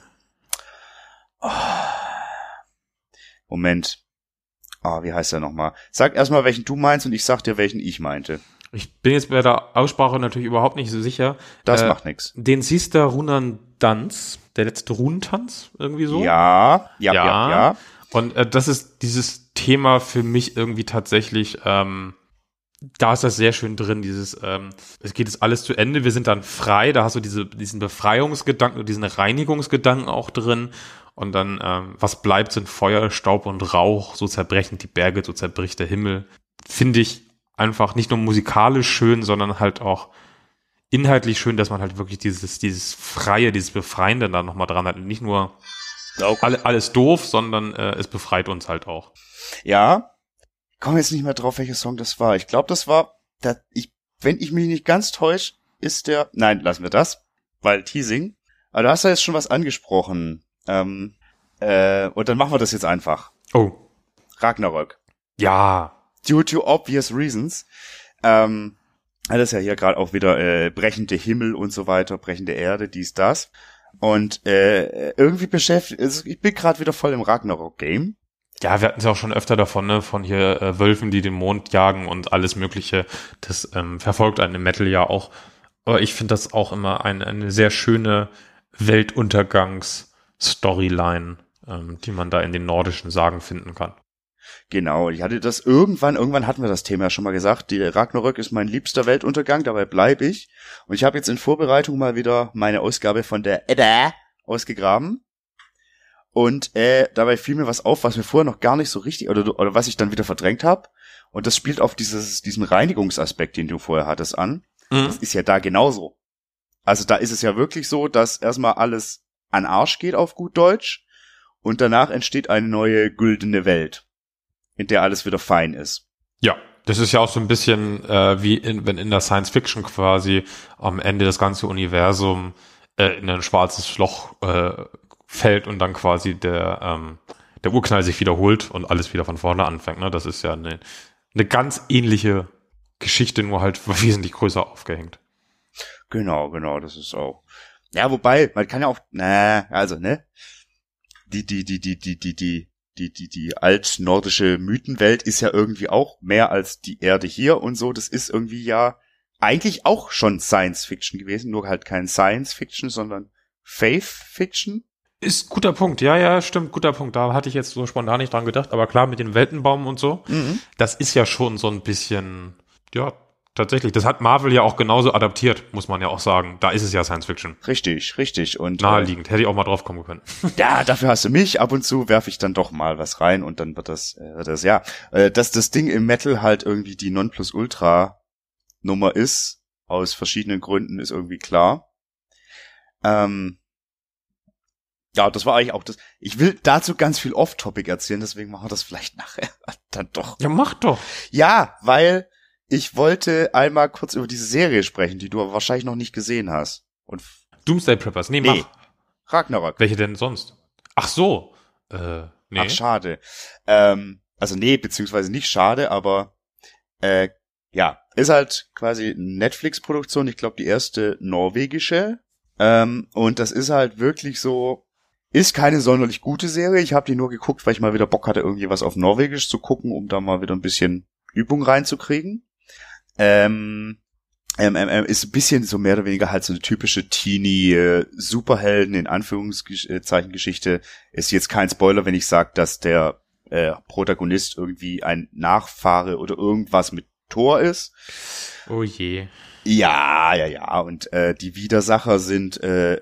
Moment. Wie heißt der nochmal? Sag erstmal, welchen du meinst und ich sag dir, welchen ich meinte. Ich bin jetzt bei der Aussprache natürlich überhaupt nicht so sicher. Das macht nix. Den Sister Runandanz, der letzte Runentanz, irgendwie so? Ja. Und das ist dieses Thema für mich irgendwie tatsächlich da ist das sehr schön drin, es geht jetzt alles zu Ende, wir sind dann frei, da hast du diesen Befreiungsgedanken, diesen Reinigungsgedanken auch drin und dann, was bleibt, sind Feuer, Staub und Rauch, so zerbrechen die Berge, so zerbricht der Himmel. Finde ich einfach nicht nur musikalisch schön, sondern halt auch inhaltlich schön, dass man halt wirklich dieses Freie, dieses Befreiende da nochmal dran hat. Nicht nur alles doof, sondern es befreit uns halt auch. Ja, ich komme jetzt nicht mehr drauf, welcher Song das war. Ich glaube, das war, wenn ich mich nicht ganz täusche, nein, lassen wir das, weil Teasing. Aber du hast ja jetzt schon was angesprochen. Und dann machen wir das jetzt einfach. Oh. Ragnarök. Ja. Due to obvious reasons. Das ist ja hier gerade auch wieder brechende Himmel und so weiter, brechende Erde, dies, das. Und irgendwie beschäftigt, also ich bin gerade wieder voll im Ragnarok-Game. Ja, wir hatten es ja auch schon öfter davon, ne, von hier Wölfen, die den Mond jagen und alles Mögliche. Das verfolgt einen im Metal ja auch. Aber ich finde das auch immer eine sehr schöne Weltuntergangs-Storyline, die man da in den nordischen Sagen finden kann. Genau, ich hatte das irgendwann hatten wir das Thema ja schon mal gesagt, die Ragnarök ist mein liebster Weltuntergang, dabei bleibe ich. Und ich habe jetzt in Vorbereitung mal wieder meine Ausgabe von der Edda ausgegraben. Und dabei fiel mir was auf, was mir vorher noch gar nicht so richtig, oder was ich dann wieder verdrängt habe. Und das spielt auf diesen Reinigungsaspekt, den du vorher hattest, an. Mhm. Das ist ja da genauso. Also da ist es ja wirklich so, dass erstmal alles an Arsch geht auf gut Deutsch. Und danach entsteht eine neue güldene Welt, in der alles wieder fein ist. Ja, das ist ja auch so ein bisschen wenn in der Science Fiction quasi am Ende das ganze Universum in ein schwarzes Loch fällt und dann quasi der Urknall sich wiederholt und alles wieder von vorne anfängt. Ne? Das ist ja eine ganz ähnliche Geschichte, nur halt wesentlich größer aufgehängt. Genau, das ist auch. Ja, wobei, man kann ja auch, die altnordische Mythenwelt ist ja irgendwie auch mehr als die Erde hier und so. Das ist irgendwie ja eigentlich auch schon Science Fiction gewesen, nur halt kein Science Fiction, sondern Faith Fiction. Ist guter Punkt, ja, stimmt, guter Punkt. Da hatte ich jetzt so spontan nicht dran gedacht, aber klar, mit den Weltenbaum und so, das ist ja schon so ein bisschen, ja, tatsächlich. Das hat Marvel ja auch genauso adaptiert, muss man ja auch sagen. Da ist es ja Science Fiction. Richtig. Und naheliegend, hätte ich auch mal drauf kommen können. Ja, dafür hast du mich. Ab und zu werfe ich dann doch mal was rein und dann wird das dass das Ding im Metal halt irgendwie die Nonplusultra-Nummer ist, aus verschiedenen Gründen, ist irgendwie klar. Ja, das war eigentlich auch das. Ich will dazu ganz viel Off-Topic erzählen, deswegen machen wir das vielleicht nachher dann doch. Ja, mach doch. Ja, weil ich wollte einmal kurz über diese Serie sprechen, die du aber wahrscheinlich noch nicht gesehen hast. Und Doomsday Preppers, mach. Ragnarök. Welche denn sonst? Ach so. Nee. Ach, schade. Beziehungsweise nicht schade, aber ist halt quasi Netflix-Produktion, ich glaube die erste norwegische. Und das ist halt wirklich so, ist keine sonderlich gute Serie. Ich habe die nur geguckt, weil ich mal wieder Bock hatte, irgendwie was auf Norwegisch zu gucken, um da mal wieder ein bisschen Übung reinzukriegen. Ist ein bisschen so mehr oder weniger halt so eine typische Teenie-Superhelden in Anführungszeichen Geschichte. Ist jetzt kein Spoiler, wenn ich sage, dass der Protagonist irgendwie ein Nachfahre oder irgendwas mit Thor ist. Oh je. Ja. Und die Widersacher sind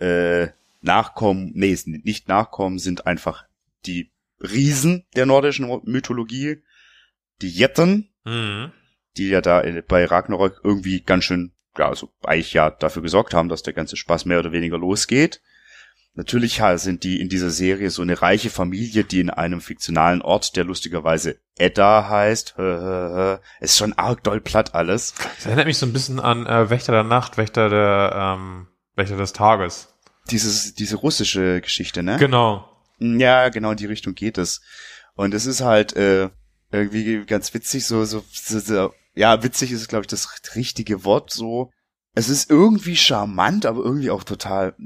nicht Nachkommen, sind einfach die Riesen der nordischen Mythologie, die Jetten, die ja da bei Ragnarök irgendwie ganz schön, eigentlich dafür gesorgt haben, dass der ganze Spaß mehr oder weniger losgeht. Natürlich sind die in dieser Serie so eine reiche Familie, die in einem fiktionalen Ort, der lustigerweise Edda heißt, ist schon arg doll platt alles. Das erinnert mich so ein bisschen an Wächter der Nacht, Wächter des Tages. Diese russische Geschichte, ne? Genau. Ja, genau, in die Richtung geht es. Und es ist halt irgendwie ganz witzig, so, witzig ist, glaube ich, das richtige Wort, so. Es ist irgendwie charmant, aber irgendwie auch total,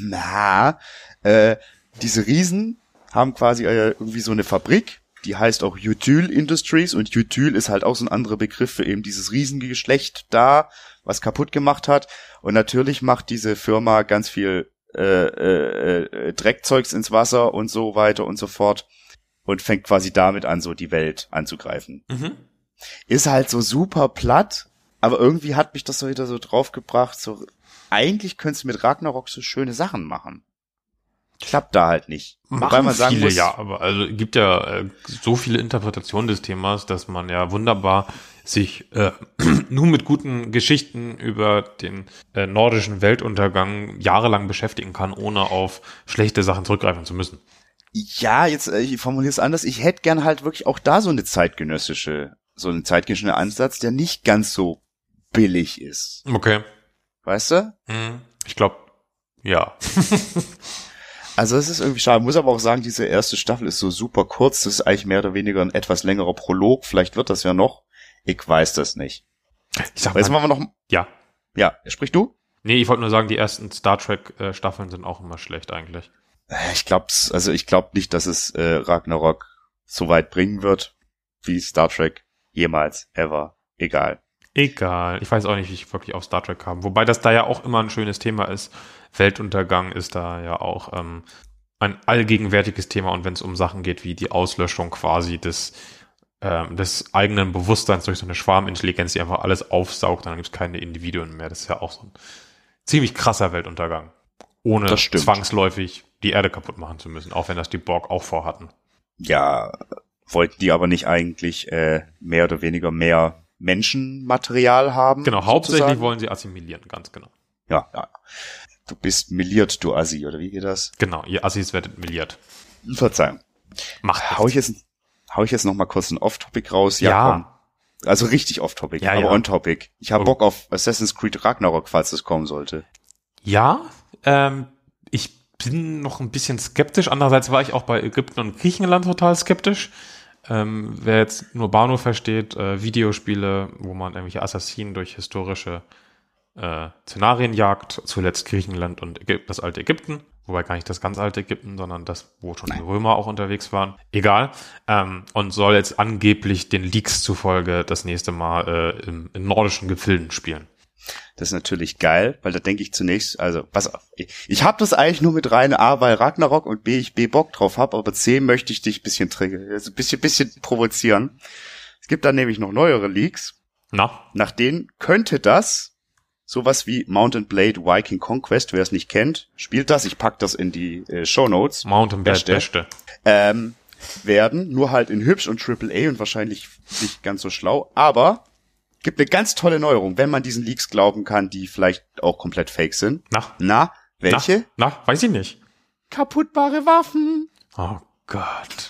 diese Riesen haben quasi irgendwie so eine Fabrik, die heißt auch Utyl Industries, und Utyl ist halt auch so ein anderer Begriff für eben dieses Riesengeschlecht da, was kaputt gemacht hat. Und natürlich macht diese Firma ganz viel Dreckzeugs ins Wasser und so weiter und so fort und fängt quasi damit an, so die Welt anzugreifen. Ist halt so super platt, aber irgendwie hat mich das so wieder so draufgebracht, so, eigentlich könntest du mit Ragnarok so schöne Sachen machen. Klappt da halt nicht. Wobei man sagen viele, muss, ja, aber also gibt ja so viele Interpretationen des Themas, dass man ja wunderbar sich nur mit guten Geschichten über den nordischen Weltuntergang jahrelang beschäftigen kann, ohne auf schlechte Sachen zurückgreifen zu müssen. ja, jetzt, ich formuliere es anders, ich hätte gern halt wirklich auch da so einen zeitgenössischen Ansatz, der nicht ganz so billig ist. Okay. Weißt du? Ich glaube, ja. Also es ist irgendwie schade. Muss aber auch sagen, diese erste Staffel ist so super kurz. Das ist eigentlich mehr oder weniger ein etwas längerer Prolog. Vielleicht wird das ja noch. Ich weiß das nicht. Ich sag Jetzt mal, machen wir noch. ja. Ja, sprich du? Nee, ich wollte nur sagen, die ersten Star Trek Staffeln sind auch immer schlecht eigentlich. Ich glaube nicht, dass es Ragnarok so weit bringen wird, wie Star Trek jemals, ever. Egal. Egal. Ich weiß auch nicht, wie ich wirklich auf Star Trek kam. Wobei das da ja auch immer ein schönes Thema ist. Weltuntergang ist da ja auch ein allgegenwärtiges Thema. Und wenn es um Sachen geht wie die Auslöschung quasi des eigenen Bewusstseins durch so eine Schwarmintelligenz, die einfach alles aufsaugt, dann gibt es keine Individuen mehr. Das ist ja auch so ein ziemlich krasser Weltuntergang. Ohne zwangsläufig die Erde kaputt machen zu müssen. Auch wenn das die Borg auch vorhatten. Ja, wollten die aber nicht eigentlich mehr oder weniger mehr Menschenmaterial haben? Genau, hauptsächlich sozusagen? wollen sie assimilieren, ganz genau. Ja. Du bist milliert, du Assi, oder wie geht das? Genau, ihr Assis werdet milliert. Verzeihung. Macht Hau ich jetzt noch mal kurz ein Off-Topic raus? Ja. Komm. Also richtig Off-Topic, Ja, aber ja. On-Topic. Ich habe Bock auf Assassin's Creed Ragnarok, falls es kommen sollte. Ja, ich bin noch ein bisschen skeptisch. Andererseits war ich auch bei Ägypten und Griechenland total skeptisch. Wer jetzt nur Bano versteht, Videospiele, wo man irgendwelche Assassinen durch historische Szenarien jagt, zuletzt Griechenland und das alte Ägypten, wobei gar nicht das ganz alte Ägypten, sondern das, wo schon die Römer auch unterwegs waren. Egal. Und soll jetzt angeblich den Leaks zufolge das nächste Mal in nordischen Gefilden spielen. Das ist natürlich geil, weil da denke ich zunächst, also pass auf, ich habe das eigentlich nur mit rein A, weil Ragnarok und B, ich Bock drauf habe, aber C, möchte ich dich bisschen provozieren. Es gibt dann nämlich noch neuere Leaks. Nach denen könnte das sowas wie Mount & Blade Viking Conquest, wer es nicht kennt, spielt das, ich pack das in die Shownotes. Mount & Blade Beste. Werden, nur halt in hübsch und AAA und wahrscheinlich nicht ganz so schlau, aber gibt eine ganz tolle Neuerung, wenn man diesen Leaks glauben kann, die vielleicht auch komplett fake sind. Na, welche? Weiß ich nicht. Kaputtbare Waffen. Oh Gott.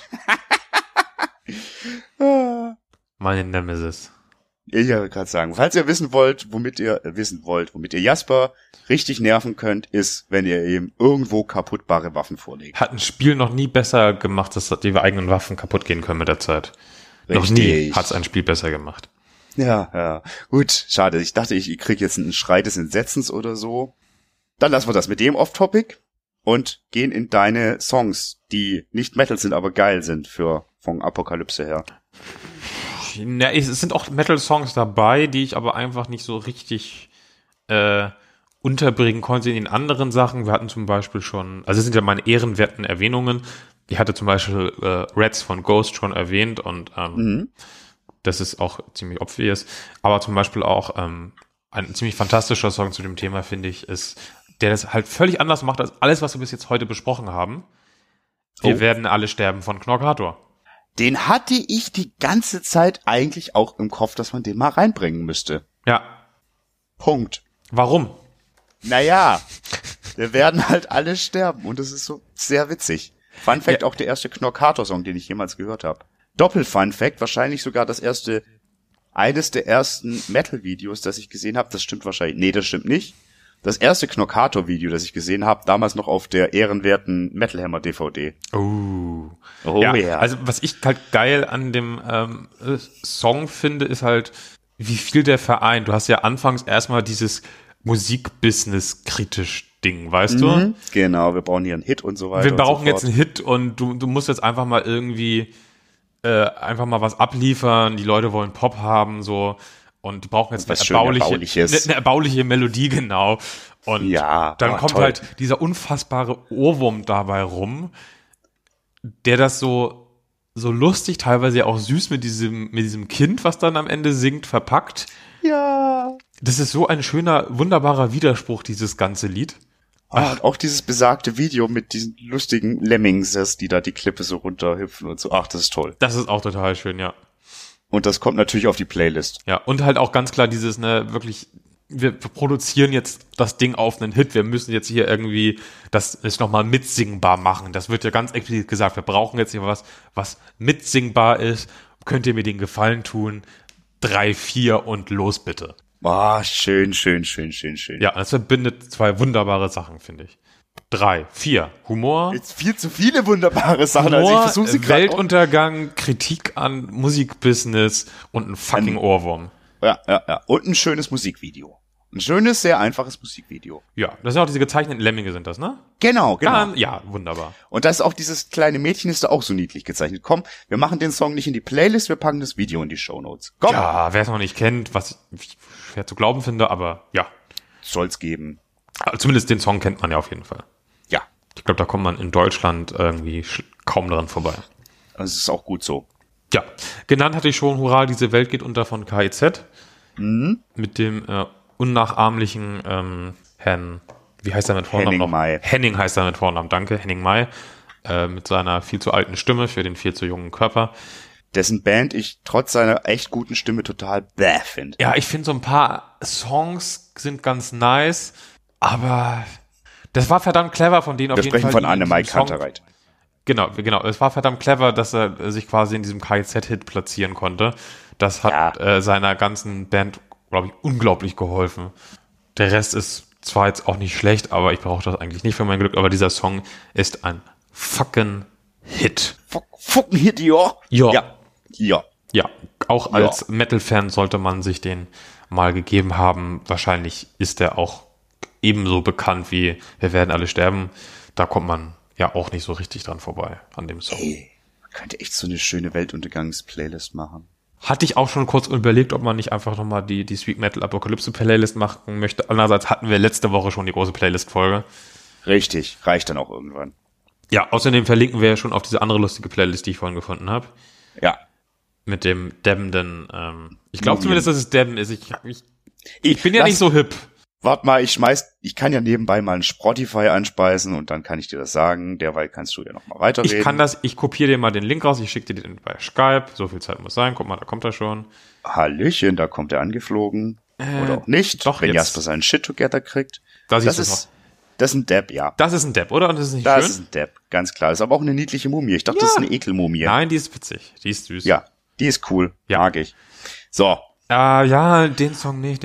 Meine Nemesis. Ich wollte gerade sagen, falls ihr wissen wollt, womit ihr Jasper richtig nerven könnt, ist, wenn ihr ihm irgendwo kaputtbare Waffen vorlegt. Hat ein Spiel noch nie besser gemacht, dass die eigenen Waffen kaputt gehen können mit der Zeit. Richtig. Noch nie hat es ein Spiel besser gemacht. Ja. Gut, schade. Ich dachte, ich krieg jetzt einen Schrei des Entsetzens oder so. Dann lassen wir das mit dem Off-Topic und gehen in deine Songs, die nicht Metal sind, aber geil sind von Apokalypse her. Ja, es sind auch Metal-Songs dabei, die ich aber einfach nicht so richtig unterbringen konnte in den anderen Sachen. Wir hatten zum Beispiel schon, also es sind ja meine ehrenwerten Erwähnungen. Ich hatte zum Beispiel Rats von Ghost schon erwähnt und das ist auch ziemlich obvious. Aber zum Beispiel auch ein ziemlich fantastischer Song zu dem Thema, finde ich, ist, der das halt völlig anders macht als alles, was wir bis jetzt heute besprochen haben. Wir werden alle sterben von Knorkator. Den hatte ich die ganze Zeit eigentlich auch im Kopf, dass man den mal reinbringen müsste. Ja. Punkt. Warum? Naja, wir werden halt alle sterben und das ist so sehr witzig. Fun Fact, auch der erste Knorkator-Song, den ich jemals gehört habe. Doppel-Fun Fact, wahrscheinlich sogar eines der ersten Metal-Videos, das ich gesehen habe. Das stimmt wahrscheinlich. Nee, das stimmt nicht. Das erste Knorkator-Video, das ich gesehen habe, damals noch auf der ehrenwerten Metal Hammer DVD. Oh ja. Yeah. Also was ich halt geil an dem Song finde, ist halt, wie viel der vereint. Du hast ja anfangs erstmal dieses Musikbusiness-kritisch-Ding, weißt du? Genau, wir brauchen hier einen Hit und so weiter. Wir brauchen jetzt einen Hit und du musst jetzt einfach mal irgendwie einfach mal was abliefern. Die Leute wollen Pop haben, so. Und die brauchen jetzt eine erbauliche Melodie, genau. Und ja, dann kommt toll. halt dieser unfassbare Ohrwurm dabei rum, der das so so lustig, teilweise ja auch süß mit diesem Kind, was dann am Ende singt, verpackt. Ja. Das ist so ein schöner, wunderbarer Widerspruch, dieses ganze Lied. Und auch dieses besagte Video mit diesen lustigen Lemmings, die da die Klippe so runterhüpfen und so. Ach, das ist toll. Das ist auch total schön, ja. Und das kommt natürlich auf die Playlist. Ja, und halt auch ganz klar dieses, ne, wirklich, wir produzieren jetzt das Ding auf einen Hit, wir müssen jetzt hier irgendwie das nochmal mitsingbar machen. Das wird ja ganz explizit gesagt, wir brauchen jetzt hier was mitsingbar ist. Könnt ihr mir den Gefallen tun? 3, 4 und los bitte. Schön. Ja, das verbindet zwei wunderbare Sachen, finde ich. 3, 4, Humor. Jetzt viel zu viele wunderbare Sachen, Humor, also ich versuche sie gerade. Weltuntergang, Kritik an Musikbusiness und ein fucking Ohrwurm. Ja. Und ein schönes Musikvideo. Ein schönes, sehr einfaches Musikvideo. Ja, das sind auch diese gezeichneten Lemminge sind das, ne? Genau. Ja, wunderbar. Und da ist auch dieses kleine Mädchen ist da auch so niedlich gezeichnet. Komm, wir machen den Song nicht in die Playlist, wir packen das Video in die Shownotes. Komm. Ja, wer es noch nicht kennt, was ich schwer zu glauben finde, aber ja. Soll's geben. Aber zumindest den Song kennt man ja auf jeden Fall. Ja. Ich glaube, da kommt man in Deutschland irgendwie kaum dran vorbei. Das ist auch gut so. Ja, genannt hatte ich schon, hurra, diese Welt geht unter von KIZ. Mhm. Mit dem unnachahmlichen Herrn, wie heißt er mit Vornamen Henning noch? May. Henning heißt er mit Vornamen, danke, Henning May. Mit seiner viel zu alten Stimme für den viel zu jungen Körper. Dessen Band ich trotz seiner echt guten Stimme total bäh finde. Ja, ich finde so ein paar Songs sind ganz nice, aber das war verdammt clever von denen auf jeden Fall. Wir sprechen von Annemai Kantereit. Genau. Es war verdammt clever, dass er sich quasi in diesem KIZ-Hit platzieren konnte. Das hat seiner ganzen Band, glaube ich, unglaublich geholfen. Der Rest ist zwar jetzt auch nicht schlecht, aber ich brauche das eigentlich nicht für mein Glück, aber dieser Song ist ein fucking Hit. Fucking Hit, ja. Ja, auch als Metal-Fan sollte man sich den mal gegeben haben. Wahrscheinlich ist der auch ebenso bekannt wie Wir werden alle sterben. Da kommt man ja auch nicht so richtig dran vorbei an dem Song. Ey, man könnte echt so eine schöne Weltuntergangs-Playlist machen. Hatte ich auch schon kurz überlegt, ob man nicht einfach nochmal die Sweet Metal Apokalypse Playlist machen möchte. Andererseits hatten wir letzte Woche schon die große Playlist-Folge. Richtig, reicht dann auch irgendwann. Ja, außerdem verlinken wir ja schon auf diese andere lustige Playlist, die ich vorhin gefunden habe. Ja. Mit dem debbenden, ich glaube zumindest, dass es debben ist. Ich bin ja nicht so hip. Warte mal, ich kann ja nebenbei mal ein Spotify anspeisen und dann kann ich dir das sagen. Derweil kannst du ja noch mal weiterreden. Ich kopiere dir mal den Link raus, ich schicke dir den bei Skype. So viel Zeit muss sein. Guck mal, da kommt er schon. Hallöchen, da kommt er angeflogen. Oder auch nicht. Doch, wenn jetzt. Jasper seinen Shit together kriegt. Da Das siehst du ist ein Depp, ja. Das ist ein Depp, oder? Und das ist nicht Das schön? ist ein Depp, ganz klar. Das ist aber auch eine niedliche Mumie. Ich dachte, das ist eine Ekelmumie. Nein, die ist witzig. Die ist süß. Ja, die ist cool. Ja. Mag ich. So. Ja, den Song nicht.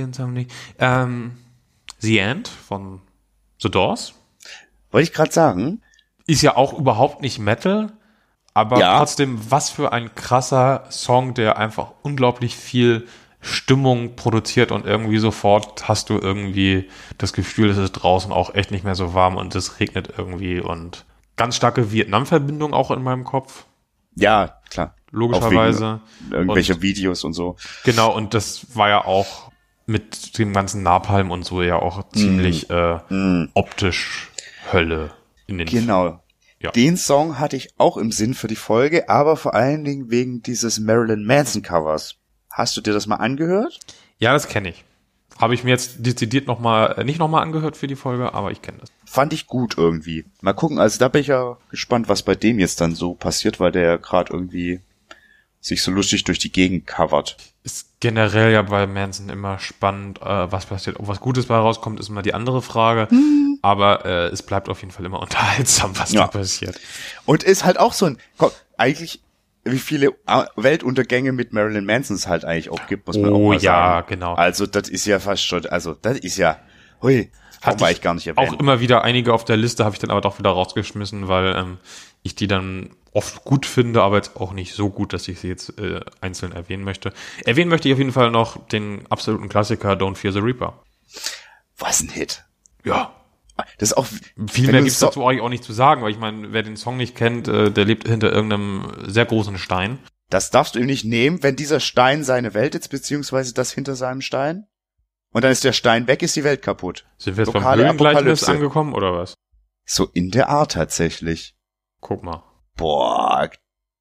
The End von The Doors. Wollte ich gerade sagen. Ist ja auch überhaupt nicht Metal, aber Ja. trotzdem, was für ein krasser Song, der einfach unglaublich viel Stimmung produziert und irgendwie sofort hast du irgendwie das Gefühl, es ist draußen auch echt nicht mehr so warm und es regnet irgendwie und ganz starke Vietnam-Verbindung auch in meinem Kopf, Ja, klar. logischerweise. Auch wegen irgendwelche Videos und so. Genau, und das war ja auch mit dem ganzen Napalm und so ja auch ziemlich optisch Hölle in den Genau. Ja. Den Song hatte ich auch im Sinn für die Folge, aber vor allen Dingen wegen dieses Marilyn Manson Covers. Hast du dir das mal angehört? Ja, das kenne ich. Habe ich mir jetzt dezidiert nicht nochmal angehört für die Folge, aber ich kenne das. Fand ich gut irgendwie. Mal gucken, also da bin ich ja gespannt, was bei dem jetzt dann so passiert, weil der ja gerade irgendwie sich so lustig durch die Gegend covert. Ist generell ja bei Manson immer spannend, was passiert. Ob was Gutes bei rauskommt, ist immer die andere Frage. Aber es bleibt auf jeden Fall immer unterhaltsam, was da passiert. Und ist halt auch so ein, eigentlich, wie viele Weltuntergänge mit Marilyn Manson es halt eigentlich auch gibt, muss man auch mal sagen. Genau. Also das ist ja fast schon, also das ist ja, hui, Hatte war ich ich gar nicht erwähnt. Auch immer wieder einige auf der Liste, habe ich dann aber doch wieder rausgeschmissen, weil ich die dann oft gut finde, aber jetzt auch nicht so gut, dass ich sie jetzt einzeln erwähnen möchte. Erwähnen möchte ich auf jeden Fall noch den absoluten Klassiker Don't Fear the Reaper. Was ein Hit. Ja. Das ist auch, Viel mehr gibt's dazu eigentlich auch nicht zu sagen, weil ich meine, wer den Song nicht kennt, der lebt hinter irgendeinem sehr großen Stein. das darfst du ihm nicht nehmen, wenn dieser Stein seine Welt ist, beziehungsweise das hinter seinem Stein. Und dann ist der Stein weg, ist die Welt kaputt. Sind wir jetzt beim Lokale Höhlengleichnis Apokalypse. angekommen, oder was? So in der Art tatsächlich. Guck mal. Boah,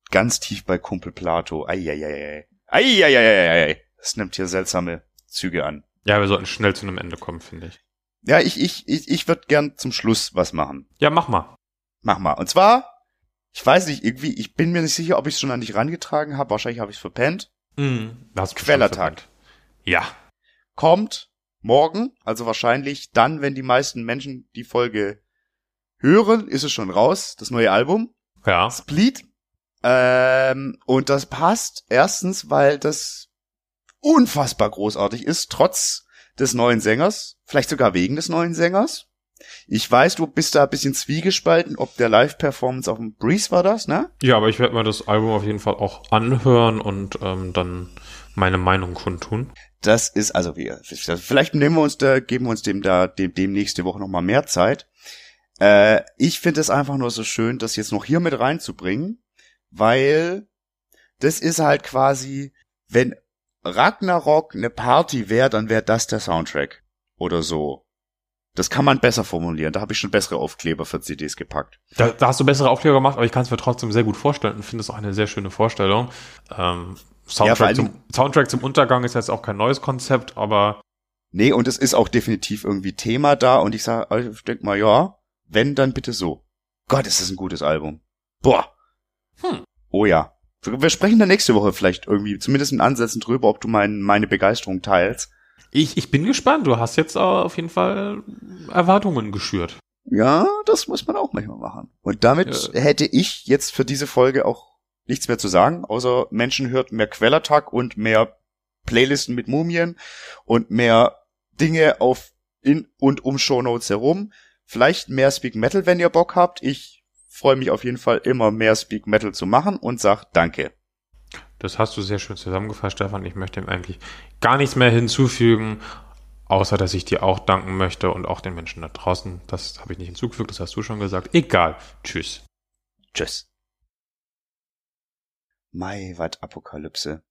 ganz tief bei Kumpel Plato. Eieiei. Eieiei. Das nimmt hier seltsame Züge an. Ja, wir sollten schnell zu einem Ende kommen, finde ich. Ja, ich würde gern zum Schluss was machen. Ja, mach mal. Mach mal. Und zwar, ich weiß nicht, irgendwie, ich bin mir nicht sicher, ob ich es schon an dich rangetragen habe. Wahrscheinlich habe ich es verpennt. Quellertag. Ja. Kommt morgen, also wahrscheinlich dann, wenn die meisten Menschen die Folge hören, ist es schon raus, das neue Album. Ja. Split. Und das passt erstens, weil das unfassbar großartig ist, trotz des neuen Sängers, vielleicht sogar wegen des neuen Sängers. Ich weiß, du bist da ein bisschen zwiegespalten, ob der Live-Performance auf dem Breeze war das, ne? Ja, aber ich werde mir das Album auf jeden Fall auch anhören und dann meine Meinung kundtun. Das ist, also vielleicht geben wir uns dem nächste Woche noch mal mehr Zeit. Ich finde es einfach nur so schön, das jetzt noch hier mit reinzubringen, weil das ist halt quasi, wenn Ragnarok eine Party wäre, dann wäre das der Soundtrack oder so. Das kann man besser formulieren. Da habe ich schon bessere Aufkleber für CDs gepackt. Da hast du bessere Aufkleber gemacht, aber ich kann es mir trotzdem sehr gut vorstellen und finde es auch eine sehr schöne Vorstellung. Soundtrack zum Untergang ist jetzt auch kein neues Konzept, aber... Nee, und es ist auch definitiv irgendwie Thema da und ich denke mal, ja, wenn, dann bitte so. Gott, ist das ein gutes Album. Boah. Oh ja. Wir sprechen dann nächste Woche vielleicht irgendwie, zumindest in Ansätzen drüber, ob du meine Begeisterung teilst. Ich bin gespannt. Du hast jetzt auf jeden Fall Erwartungen geschürt. Ja, das muss man auch manchmal machen. Und damit hätte ich jetzt für diese Folge auch nichts mehr zu sagen, außer Menschen hört mehr Quellertag und mehr Playlisten mit Mumien und mehr Dinge in und um Shownotes herum. Vielleicht mehr Speak Metal, wenn ihr Bock habt. Ich freue mich auf jeden Fall immer mehr Speak Metal zu machen und sag Danke. Das hast du sehr schön zusammengefasst, Stefan. Ich möchte ihm eigentlich gar nichts mehr hinzufügen, außer dass ich dir auch danken möchte und auch den Menschen da draußen. Das habe ich nicht hinzugefügt, das hast du schon gesagt. Egal. Tschüss. Tschüss. Mai, wat Apokalypse.